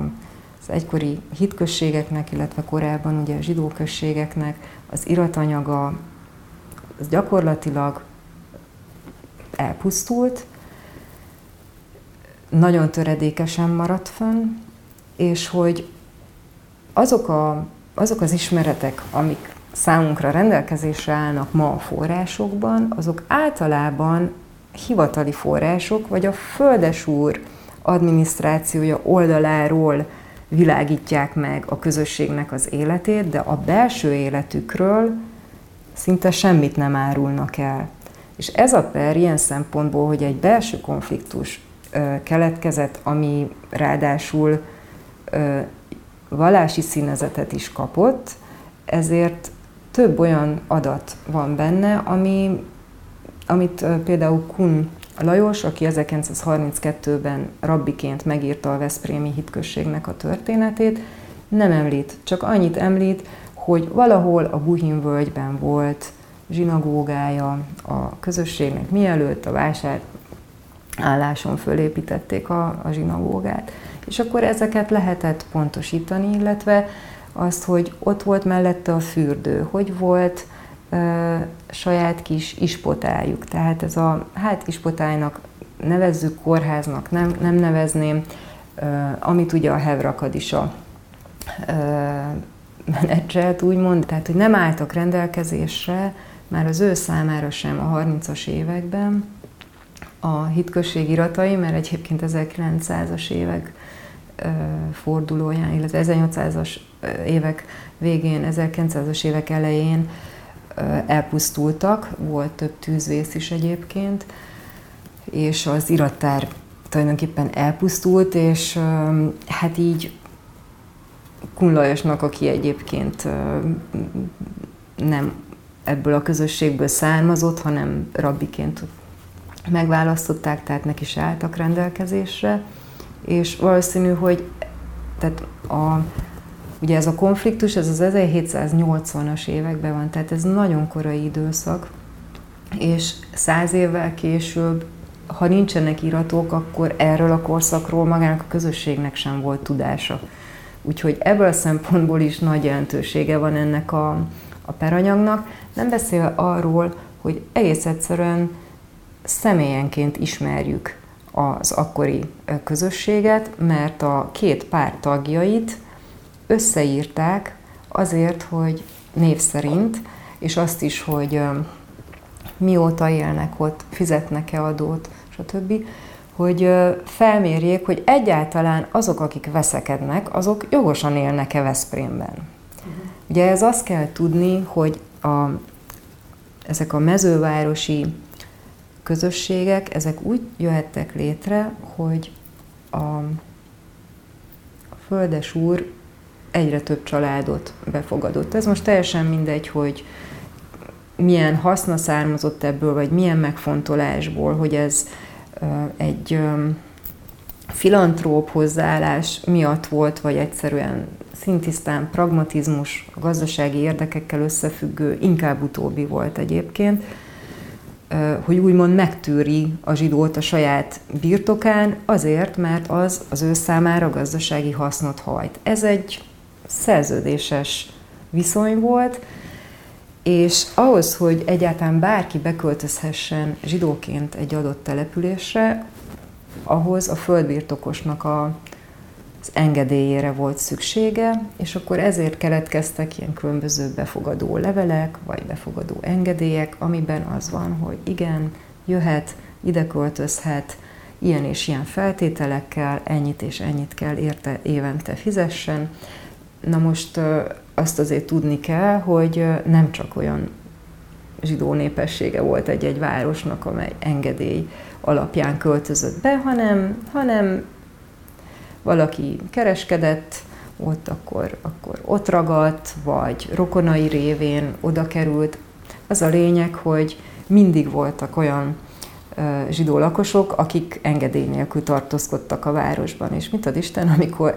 az egykori hitközségeknek, illetve korábban ugye a zsidó községeknek az iratanyaga az gyakorlatilag elpusztult, nagyon töredékesen maradt fönn, és hogy azok, a, azok az ismeretek, amik számunkra rendelkezésre állnak ma a forrásokban, azok általában hivatali források, vagy a földesúr adminisztrációja oldaláról világítják meg a közösségnek az életét, de a belső életükről szinte semmit nem árulnak el. És ez a per ilyen szempontból, hogy egy belső konfliktus ö, keletkezett, ami ráadásul ö, vallási színezetet is kapott, ezért több olyan adat van benne, ami, amit ö, például Kun Lajos, aki ezerkilencszázharminckettőben rabbiként megírta a veszprémi hitközségnek a történetét, nem említ, csak annyit említ, hogy valahol a Buhin völgyben volt zsinagógája a közösségnek, mielőtt a vásárálláson fölépítették a, a zsinagógát. És akkor ezeket lehetett pontosítani, illetve azt, hogy ott volt mellette a fürdő, hogy volt e, saját kis ispotályuk. Tehát ez a, hát ispotálynak nevezzük, kórháznak nem, nem nevezném, e, amit ugye a Hevrakadisa e, menedzselt, úgymond, tehát hogy nem álltak rendelkezésre már az ő számára sem a harmincas években a hitközség iratai, mert egyébként ezerkilencszázas évek fordulóján, illetve ezernyolcszázas évek végén, ezerkilencszázas évek elején elpusztultak, volt több tűzvész is egyébként, és az irattár tulajdonképpen elpusztult, és hát így Kun Lajosnak, aki egyébként nem ebből a közösségből származott, hanem rabbiként megválasztották, tehát neki is álltak rendelkezésre, és valószínű, hogy tehát a, ugye ez a konfliktus, ez az ezerhétszáznyolcvanas években van, tehát ez nagyon korai időszak, és száz évvel később, ha nincsenek iratok, akkor erről a korszakról magának a közösségnek sem volt tudása. Úgyhogy ebből a szempontból is nagy jelentősége van ennek a, a peranyagnak, nem beszélve arról, hogy egész egyszerűen személyenként ismerjük az akkori közösséget, mert a két pár tagjait összeírták azért, hogy név szerint, és azt is, hogy mióta élnek ott, fizetnek-e adót, stb., hogy felmérjék, hogy egyáltalán azok, akik veszekednek, azok jogosan élnek-e Veszprémben. Uh-huh. Ugye ez azt kell tudni, hogy a, ezek a mezővárosi közösségek, ezek úgy jöhettek létre, hogy a földesúr egyre több családot befogadott. Ez most teljesen mindegy, hogy milyen haszna származott ebből, vagy milyen megfontolásból, hogy ez egy filantróp hozzáállás miatt volt, vagy egyszerűen szintisztán pragmatizmus, a gazdasági érdekekkel összefüggő, inkább utóbbi volt egyébként, hogy úgymond megtűri a zsidót a saját birtokán, azért, mert az az ő számára gazdasági hasznot hajt. Ez egy szerződéses viszony volt, és ahhoz, hogy egyáltalán bárki beköltözhessen zsidóként egy adott településre, ahhoz a földbirtokosnak a, az engedélyére volt szüksége, és akkor ezért keletkeztek ilyen különböző befogadó levelek, vagy befogadó engedélyek, amiben az van, hogy igen, jöhet, ide költözhet, ilyen és ilyen feltételekkel, ennyit és ennyit kell érte évente fizessen. Na most azt azért tudni kell, hogy nem csak olyan zsidó népessége volt egy-egy városnak, amely engedély alapján költözött be, hanem, hanem valaki kereskedett, ott akkor, akkor ott ragadt, vagy rokonai révén oda került. Az a lényeg, hogy mindig voltak olyan zsidó lakosok, akik engedély nélkül tartózkodtak a városban. És mit ad Isten, amikor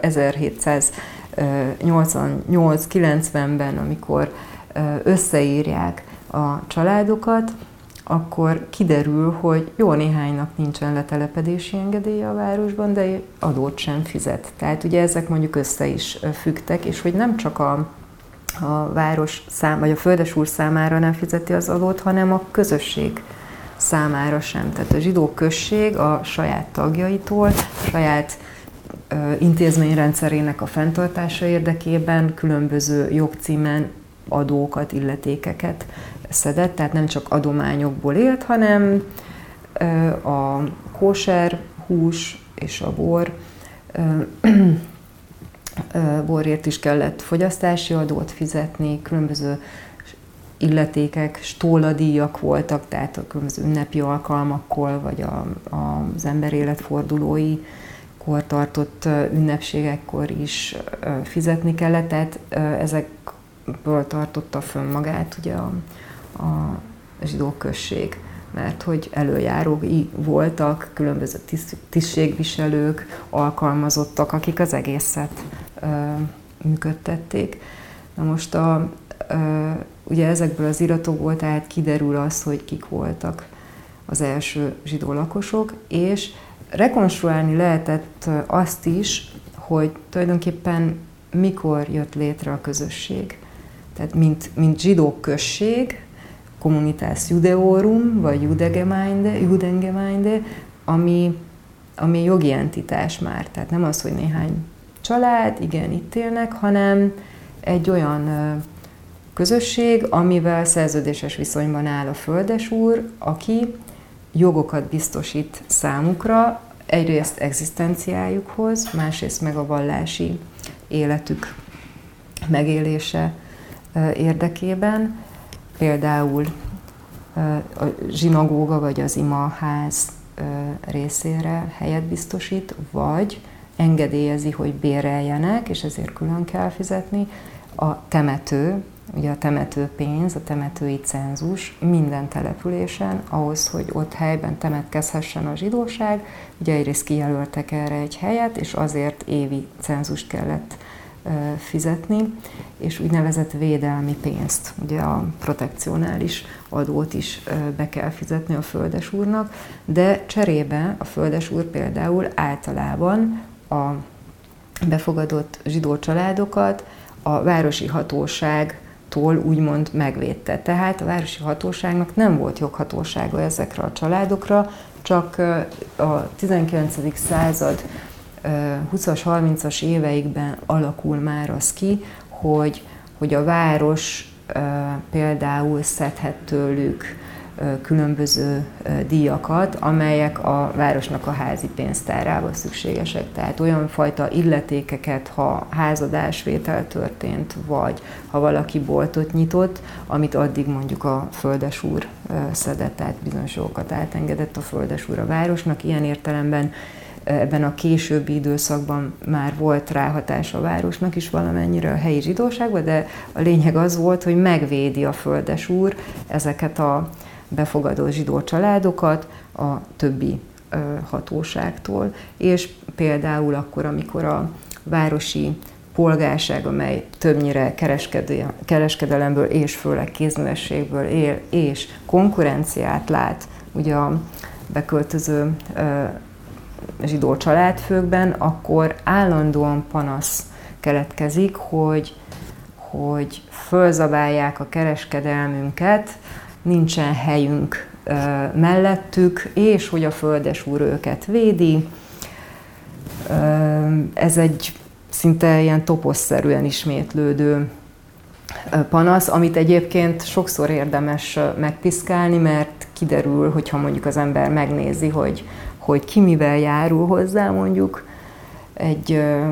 ezerhétszáznyolcvannyolc kilencvenben, amikor összeírják a családokat, akkor kiderül, hogy jó néhánynak nincsen letelepedési engedélye a városban, de adót sem fizet. Tehát ugye ezek mondjuk össze is függtek, és hogy nem csak a, a város szám, vagy a földesúr számára nem fizeti az adót, hanem a közösség számára sem. Tehát a zsidó község a saját tagjaitól, a saját ö, intézményrendszerének a fenntartása érdekében különböző jogcímen adókat, illetékeket szedett, tehát nem csak adományokból élt, hanem ö, a kóser, hús és a bor, ö, ö, borért is kellett fogyasztási adót fizetni, különböző illetékek, stóladíjak voltak, tehát a különböző ünnepi alkalmakkor, vagy a, a, az ember életfordulói kor tartott ünnepségekkor is fizetni kellett, tehát ezekből tartotta fönn magát ugye a, a zsidó község, mert hogy előjárói voltak, különböző tisztségviselők, alkalmazottak, akik az egészet ö, működtették. Na most a ugye ezekből az iratokból tehát kiderül az, hogy kik voltak az első zsidó lakosok, és rekonstruálni lehetett azt is, hogy tulajdonképpen mikor jött létre a közösség. Tehát mint, mint zsidó község, Communitas Judeorum, vagy Judegemeinde, Judengemeinde, ami, ami jogi entitás már. Tehát nem az, hogy néhány család, igen, itt élnek, hanem egy olyan közösség, amivel szerződéses viszonyban áll a földesúr, aki jogokat biztosít számukra, egyrészt egzisztenciájukhoz, másrészt meg a vallási életük megélése érdekében. Például a zsinagóga vagy az imaház részére helyet biztosít, vagy engedélyezi, hogy béreljenek, és ezért külön kell fizetni, a temető, ugye a temetőpénz, a temetői cenzus minden településen, ahhoz, hogy ott helyben temetkezhessen a zsidóság, ugye egyrészt kijelöltek erre egy helyet, és azért évi cenzust kellett fizetni, és úgynevezett védelmi pénzt, ugye a protekcionális adót is be kell fizetni a földesúrnak, de cserébe a földesúr például általában a befogadott zsidó családokat a városi hatóságtól úgymond megvédte. Tehát a városi hatóságnak nem volt joghatósága ezekre a családokra, csak a tizenkilencedik század húszas, harmincas éveikben alakul már az ki, hogy, hogy a város például szedhet tőlük különböző díjakat, amelyek a városnak a házi pénztárába szükségesek. Tehát olyan fajta illetékeket, ha házadásvétel történt, vagy ha valaki boltot nyitott, amit addig mondjuk a földesúr szedett, tehát bizonyos jogokat átengedett a földesúr a városnak. Ilyen értelemben ebben a későbbi időszakban már volt ráhatás a városnak is valamennyire a helyi zsidóságban, de a lényeg az volt, hogy megvédi a földesúr ezeket a befogadó zsidó családokat a többi ö, hatóságtól, és például akkor, amikor a városi polgárság, amely többnyire kereskedelemből és főleg kézművességből él, és konkurenciát lát ugye a beköltöző ö, zsidó családfőkben, akkor állandóan panasz keletkezik, hogy, hogy fölzabálják a kereskedelmünket, nincsen helyünk ö, mellettük, és hogy a földesúr őket védi. Ö, ez egy szinte ilyen toposzszerűen ismétlődő panasz, amit egyébként sokszor érdemes megpiszkálni, mert kiderül, hogyha mondjuk az ember megnézi, hogy, hogy ki mivel járul hozzá mondjuk egy ö,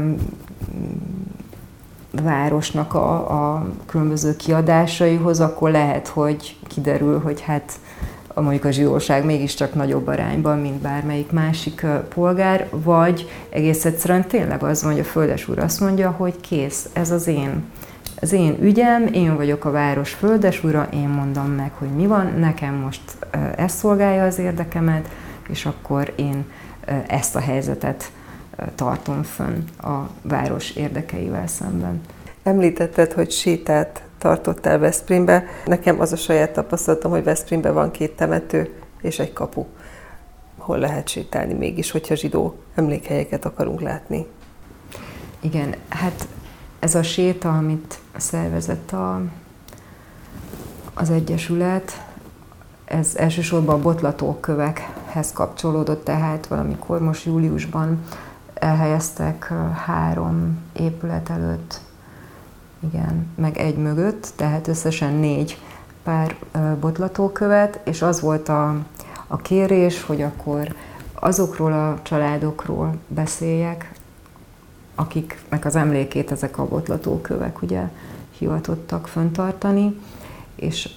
városnak a, a különböző kiadásaihoz, akkor lehet, hogy kiderül, hogy hát mondjuk a zsidóság mégiscsak nagyobb arányban, mint bármelyik másik polgár, vagy egész egyszerűen tényleg az van, hogy a földesúr azt mondja, hogy kész, ez az én, az én ügyem, én vagyok a város földesúra, én mondom meg, hogy mi van, nekem most ez szolgálja az érdekemet, és akkor én ezt a helyzetet tartom fönn a város érdekeivel szemben. Említetted, hogy sétát tartottál Veszprémbe. Nekem az a saját tapasztalatom, hogy Veszprémben van két temető és egy kapu. Hol lehet sétálni mégis, hogyha zsidó emlékhelyeket akarunk látni? Igen, hát ez a séta, amit szervezett a, az Egyesület, ez elsősorban a botlatókövekhez kapcsolódott, tehát valamikor most júliusban elhelyeztek három épület előtt, igen, meg egy mögött, tehát összesen négy pár botlatókövet, és az volt a, a kérés, hogy akkor azokról a családokról beszéljek, akiknek az emlékét ezek a botlatókövek ugye hivatottak fenntartani, és,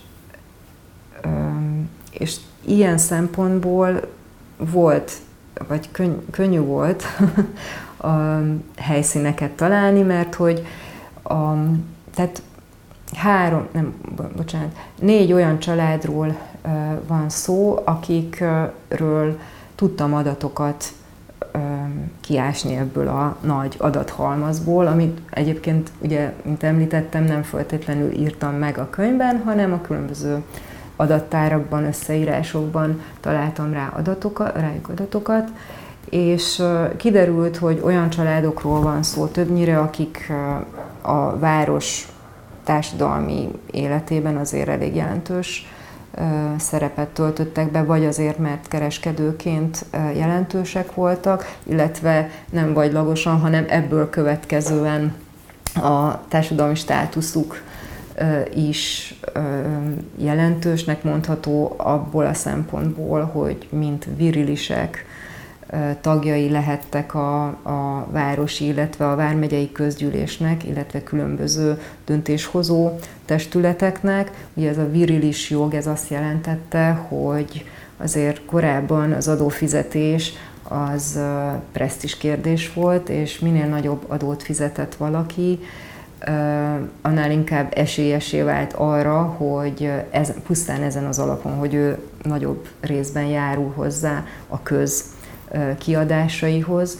és ilyen szempontból volt, vagy könny, könnyű volt a helyszíneket találni, mert hogy a, tehát három, nem, bocsánat, négy olyan családról uh, van szó, akikről tudtam adatokat uh, kiásni ebből a nagy adathalmazból, amit egyébként, ugye, mint említettem, nem feltétlenül írtam meg a könyvben, hanem a különböző adattárakban, összeírásokban találtam rá adatokat, rájuk adatokat, és kiderült, hogy olyan családokról van szó többnyire, akik a város társadalmi életében azért elég jelentős szerepet töltöttek be, vagy azért, mert kereskedőként jelentősek voltak, illetve nem vagylagosan, hanem ebből következően a társadalmi státuszuk is jelentősnek mondható abból a szempontból, hogy mint virilisek tagjai lehettek a, a városi, illetve a vármegyei közgyűlésnek, illetve különböző döntéshozó testületeknek. Ugye ez a virilis jog, ez azt jelentette, hogy azért korábban az adófizetés az presztízs kérdés volt, és minél nagyobb adót fizetett valaki, annál inkább esélyessé vált arra, hogy ez, pusztán ezen az alapon, hogy ő nagyobb részben járul hozzá a köz kiadásaihoz,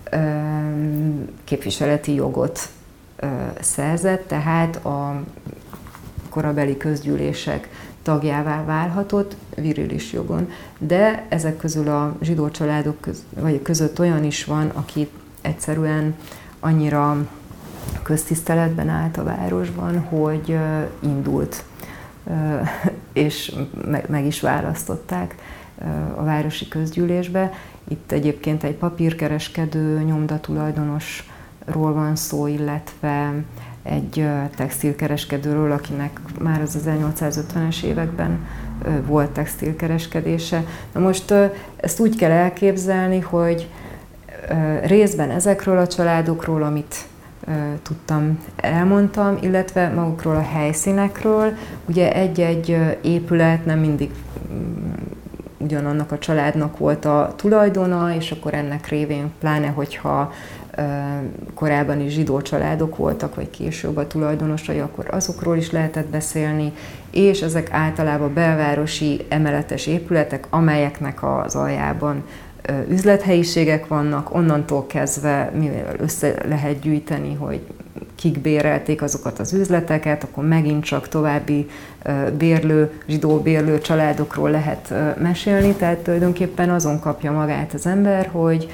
képviseleti jogot szerzett, tehát a korabeli közgyűlések tagjává válhatott virilis jogon. De ezek közül a zsidó családok köz, vagy között olyan is van, aki egyszerűen annyira köztiszteletben állt a városban, hogy indult, és meg is választották a városi közgyűlésbe. Itt egyébként egy papírkereskedő, nyomdatulajdonosról van szó, illetve egy textilkereskedőről, akinek már az ezernyolcszázötvenes években volt textilkereskedése. Na most ezt úgy kell elképzelni, hogy részben ezekről a családokról, amit tudtam, elmondtam, illetve magukról a helyszínekről. Ugye egy-egy épület nem mindig ugyanannak a családnak volt a tulajdona, és akkor ennek révén, pláne hogyha korábban is zsidó családok voltak, vagy később a tulajdonosai, akkor azokról is lehetett beszélni, és ezek általában belvárosi emeletes épületek, amelyeknek az aljában üzlethelyiségek vannak, onnantól kezdve, mivel össze lehet gyűjteni, hogy kik bérelték azokat az üzleteket, akkor megint csak további bérlő, zsidó bérlő családokról lehet mesélni, tehát tulajdonképpen azon kapja magát az ember, hogy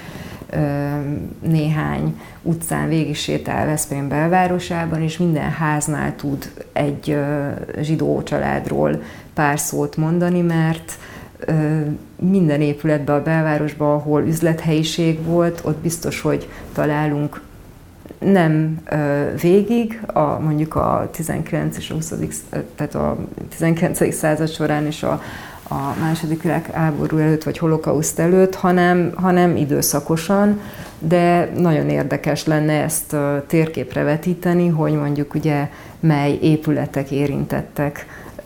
néhány utcán végig sétál Veszprém belvárosában, és minden háznál tud egy zsidó családról pár szót mondani, mert minden épületben a belvárosban, ahol üzlethelyiség volt, ott biztos, hogy találunk nem végig, a, mondjuk a tizenkilencedik és a huszadik tehát a tizenkilencedik század során és a, a második világháború előtt, vagy holokauszt előtt, hanem, hanem időszakosan, de nagyon érdekes lenne ezt térképre vetíteni, hogy mondjuk ugye mely épületek érintettek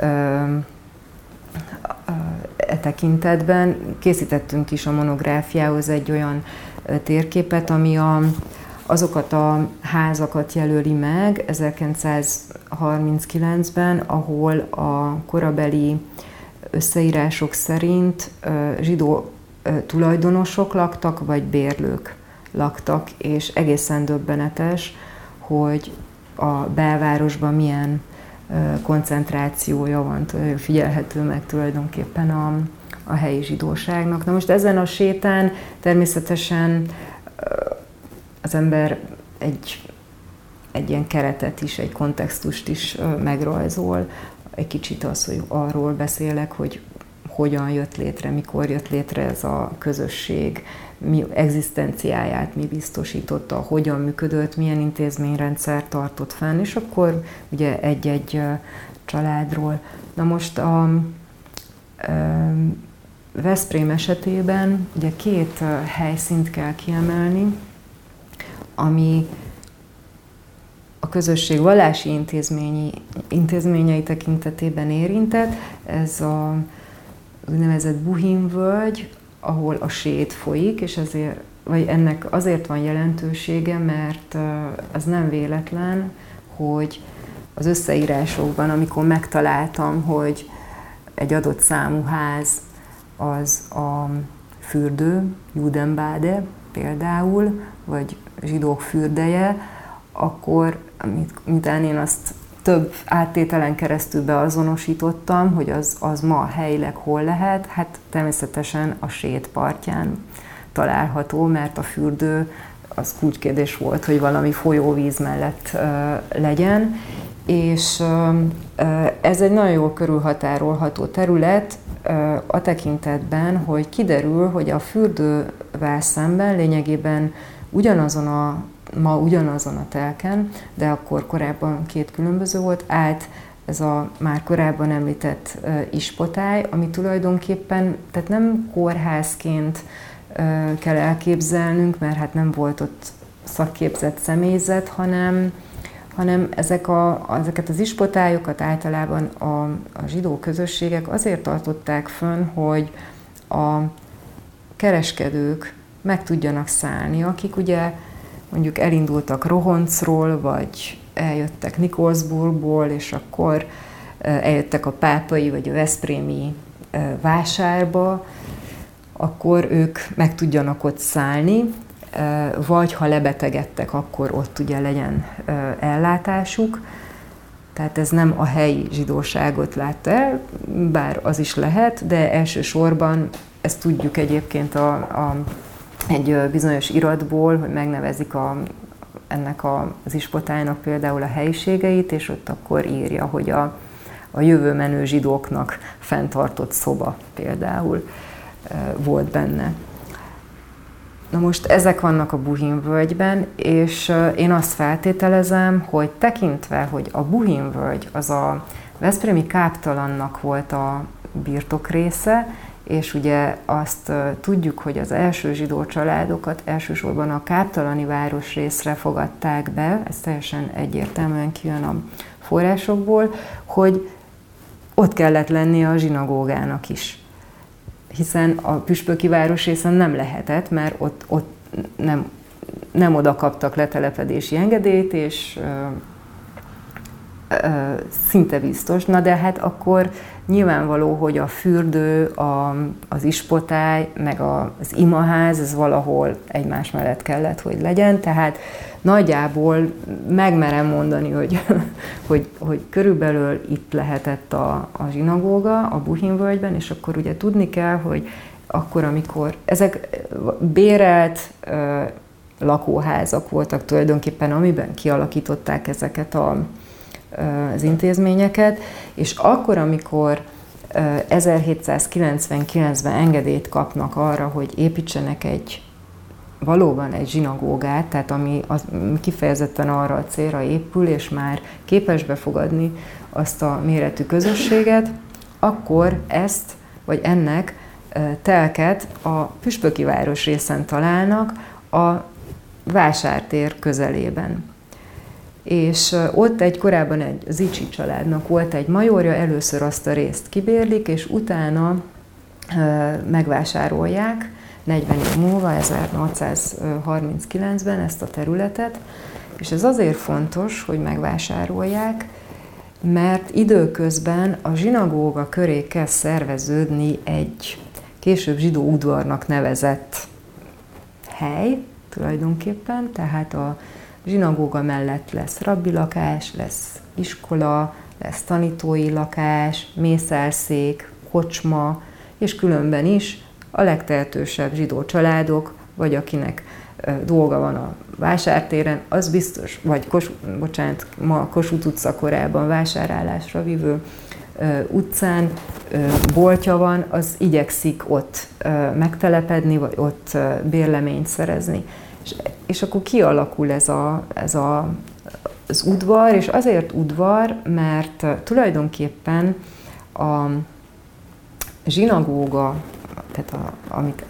e tekintetben. Készítettünk is a monográfiához egy olyan térképet, ami a, azokat a házakat jelöli meg ezerkilencszázharminckilencben, ahol a korabeli összeírások szerint zsidó tulajdonosok laktak, vagy bérlők laktak, és egészen döbbenetes, hogy a belvárosban milyen koncentrációja van, figyelhető meg tulajdonképpen a, a helyi zsidóságnak. Na most ezen a sétán természetesen az ember egy, egy ilyen keretet is, egy kontextust is megrajzol. Egy kicsit az, hogy arról beszélek, hogy hogyan jött létre, mikor jött létre ez a közösség, mi egzisztenciáját mi biztosította, hogyan működött, milyen intézményrendszer tartott fenn, és akkor ugye egy-egy családról. Na most a, a Veszprém esetében ugye két helyszínt kell kiemelni, ami a közösség vallási intézményi, intézményei tekintetében érintett. Ez a úgynevezett Buhim völgy, ahol a sét folyik, és ezért, vagy ennek azért van jelentősége, mert az nem véletlen, hogy az összeírásokban, amikor megtaláltam, hogy egy adott számú ház az a fürdő, Judenbade például, vagy zsidók fürdeje, akkor, miután én azt több áttételen keresztül beazonosítottam, hogy az, az ma helyileg hol lehet, hát természetesen a sét partján található, mert a fürdő az kulcskérdés volt, hogy valami folyóvíz mellett uh, legyen, és uh, ez egy nagyon jól körülhatárolható terület uh, a tekintetben, hogy kiderül, hogy a fürdővel szemben lényegében ugyanazon a ma ugyanazon a telken, de akkor korábban két különböző volt, állt ez a már korábban említett uh, ispotály, ami tulajdonképpen, tehát nem kórházként uh, kell elképzelnünk, mert hát nem volt ott szakképzett személyzet, hanem, hanem ezek a, ezeket az ispotályokat általában a, a zsidó közösségek azért tartották fönn, hogy a kereskedők meg tudjanak szállni, akik ugye mondjuk elindultak Rohoncról, vagy eljöttek Nikolsburgból, és akkor eljöttek a pápai vagy a veszprémi vásárba, akkor ők meg tudjanak ott szállni, vagy ha lebetegedtek, akkor ott ugye legyen ellátásuk. Tehát ez nem a helyi zsidóságot látta el, bár az is lehet, de elsősorban ezt tudjuk egyébként a, a egy bizonyos iratból, hogy megnevezik a, ennek a, az ispotálynak például a helyiségeit, és ott akkor írja, hogy a, a jövőmenő zsidóknak fenntartott szoba például. volt benne. Na most ezek vannak a Buhin-völgyben, és én azt feltételezem, hogy tekintve, hogy a Buhin-völgy az a veszprémi káptalannak volt a birtok része, és ugye azt tudjuk, hogy az első zsidó családokat elsősorban a káptalani városrészre fogadták be, ez teljesen egyértelműen kijön a forrásokból, hogy ott kellett lennie a zsinagógának is. Hiszen a püspöki városrészen nem lehetett, mert ott, ott nem, nem oda kaptak letelepedési engedélyt, és ö, ö, szinte biztos. Na de hát akkor nyilvánvaló, hogy a fürdő, a, az ispotály, meg a, az imaház, ez valahol egymás mellett kellett, hogy legyen, tehát nagyjából megmerem mondani, hogy, hogy, hogy körülbelül itt lehetett a, a zsinagóga a Buhin-völgyben, és akkor ugye tudni kell, hogy akkor, amikor ezek bérelt ö, lakóházak voltak tulajdonképpen, amiben kialakították ezeket a, ö, az intézményeket, és akkor, amikor ö, ezerhétszázkilencvenkilencben engedélyt kapnak arra, hogy építsenek egy valóban egy zsinagógát, tehát ami az, kifejezetten arra a célra épül, és már képes befogadni azt a méretű közösséget, akkor ezt, vagy ennek telket a püspöki városrészen találnak a vásártér közelében. És ott egy korábban egy Zichy családnak volt egy majorja, először azt a részt kibérlik, és utána megvásárolják, negyven év múlva, ezernyolcszázharminckilencben ezt a területet, és ez azért fontos, hogy megvásárolják, mert időközben a zsinagóga köré kezd szerveződni egy később zsidó udvarnak nevezett hely tulajdonképpen, tehát a zsinagóga mellett lesz rabbi lakás, lesz iskola, lesz tanítói lakás, mészárszék, kocsma, és különben is a legtehetősebb zsidó családok, vagy akinek dolga van a vásártéren, az biztos, vagy Kos, bocsánat, ma Kossuth utca korában vásárállásra vívő utcán boltja van, az igyekszik ott megtelepedni, vagy ott bérleményt szerezni. És, és akkor kialakul ez, a, ez a, az udvar, és azért udvar, mert tulajdonképpen a zsinagóga, tehát a, amit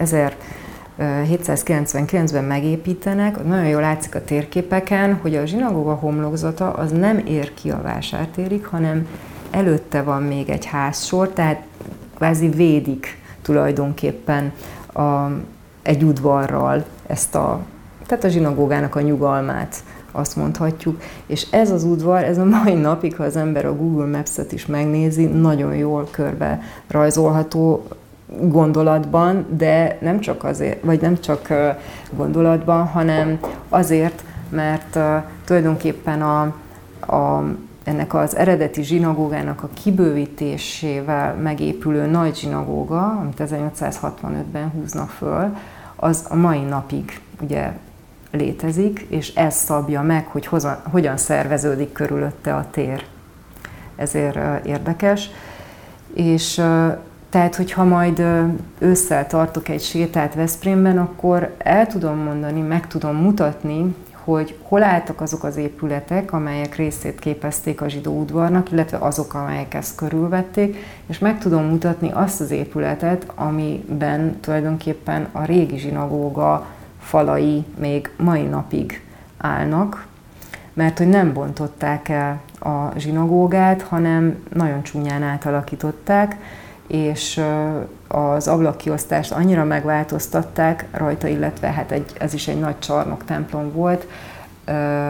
ezerhétszázkilencvenkilencben megépítenek, nagyon jól látszik a térképeken, hogy a zsinagóga homlokzata az nem ér ki a vásártérig, hanem előtte van még egy házsor, tehát kvázi védik tulajdonképpen a, egy udvarral ezt a, tehát a zsinagógának a nyugalmát, azt mondhatjuk. És ez az udvar, ez a mai napig, ha az ember a Google Maps-et is megnézi, nagyon jól körbe rajzolható gondolatban, de nem csak azért, vagy nem csak gondolatban, hanem azért, mert tulajdonképpen a, a, ennek az eredeti zsinagógának a kibővítésével megépülő nagy zsinagóga, amit ezernyolcszázhatvanötben húznak föl, az a mai napig ugye létezik, és ez szabja meg, hogy hoza, hogyan szerveződik körülötte a tér. Ezért érdekes. És tehát, hogyha majd ősszel tartok egy sétát Veszprémben, akkor el tudom mondani, meg tudom mutatni, hogy hol álltak azok az épületek, amelyek részét képezték a zsidó udvarnak, illetve azok, amelyek ezt körülvették, és meg tudom mutatni azt az épületet, amiben tulajdonképpen a régi zsinagóga falai még mai napig állnak, mert hogy nem bontották el a zsinagógát, hanem nagyon csúnyán átalakították, és az ablakkiosztást annyira megváltoztatták rajta, illetve hát egy, ez is egy nagy csarnok templom volt, ö,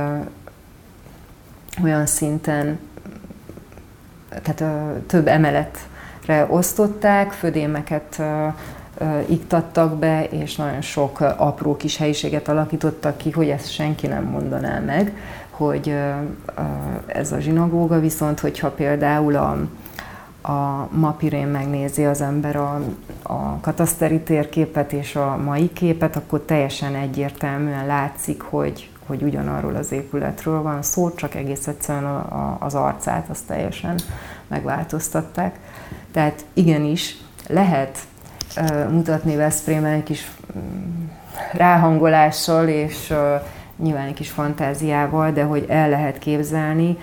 olyan szinten, tehát ö, több emeletre osztották, födémeket ö, ö, iktattak be, és nagyon sok ö, apró kis helyiséget alakítottak ki, hogy ezt senki nem mondaná meg, hogy ö, ö, ez a zsinagóga, viszont hogyha például a a mapirén megnézi az ember a, a kataszteri térképet és a mai képet, akkor teljesen egyértelműen látszik, hogy, hogy ugyanarról az épületről van szó, csak egész egyszerűen a, a, az arcát azt teljesen megváltoztatták. Tehát igenis lehet mutatni Veszprémben egy kis ráhangolással és nyilván egy kis fantáziával, de hogy el lehet képzelni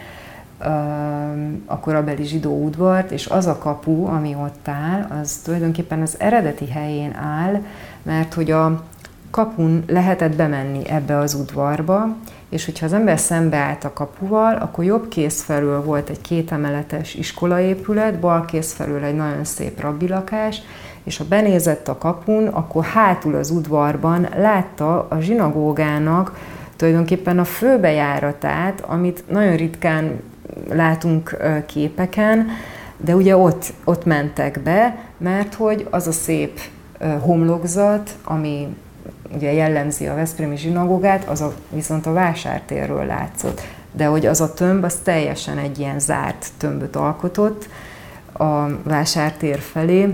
a korabeli zsidó udvart, és az a kapu, ami ott áll, az tulajdonképpen az eredeti helyén áll, mert hogy a kapun lehetett bemenni ebbe az udvarba, és hogyha az ember szembeállt a kapuval, akkor jobb kéz felől volt egy kétemeletes iskolaépület, bal kéz felől egy nagyon szép rabbilakás, és ha benézett a kapun, akkor hátul az udvarban látta a zsinagógának tulajdonképpen a főbejáratát, amit nagyon ritkán látunk képeken, de ugye ott, ott mentek be, mert hogy az a szép homlokzat, ami ugye jellemzi a veszprémi zsinagógát, az a, viszont a vásártérről látszott. De hogy az a tömb, az teljesen egy ilyen zárt tömböt alkotott a vásártér felé,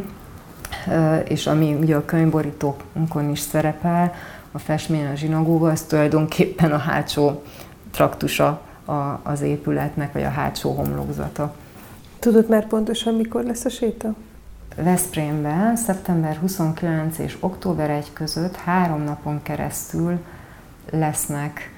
és ami ugye a könyvborítónkon is szerepel, a festmény a zsinagóga, az tulajdonképpen a hátsó traktusa az épületnek, vagy a hátsó homlokzata. Tudod már pontosan, mikor lesz a séta? Veszprémben szeptember huszonkilencedike és október elsejé között három napon keresztül lesznek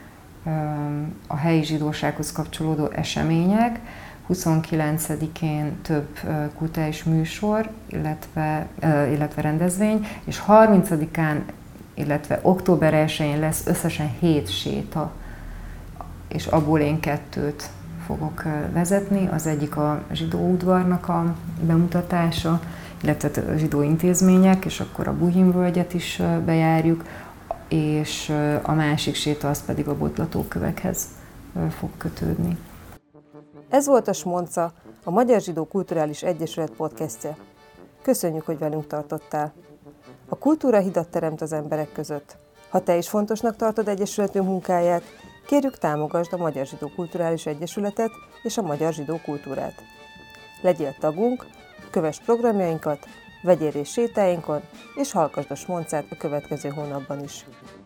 a helyi zsidósághoz kapcsolódó események. huszonkilencedikén több kulturális műsor, illetve, illetve rendezvény, és harmincadikán, illetve október elsején lesz összesen hét séta, és abból én kettőt fogok vezetni. Az egyik a zsidó udvarnak a bemutatása, illetve a zsidó intézmények, és akkor a Buhim-völgyet is bejárjuk, és a másik séta az pedig a botlatókövekhez fog kötődni. Ez volt a Smonca, a Magyar Zsidó Kulturális Egyesület podcastje. Köszönjük, hogy velünk tartottál. A kultúra hidat teremt az emberek között. Ha te is fontosnak tartod egyesületünk munkáját, kérjük, támogasd a Magyar Zsidó Kulturális Egyesületet és a magyar zsidó kultúrát. Legyél tagunk, kövess programjainkat, vegyél részt sétáinkon, és hallgassd a Smoncát a következő hónapban is.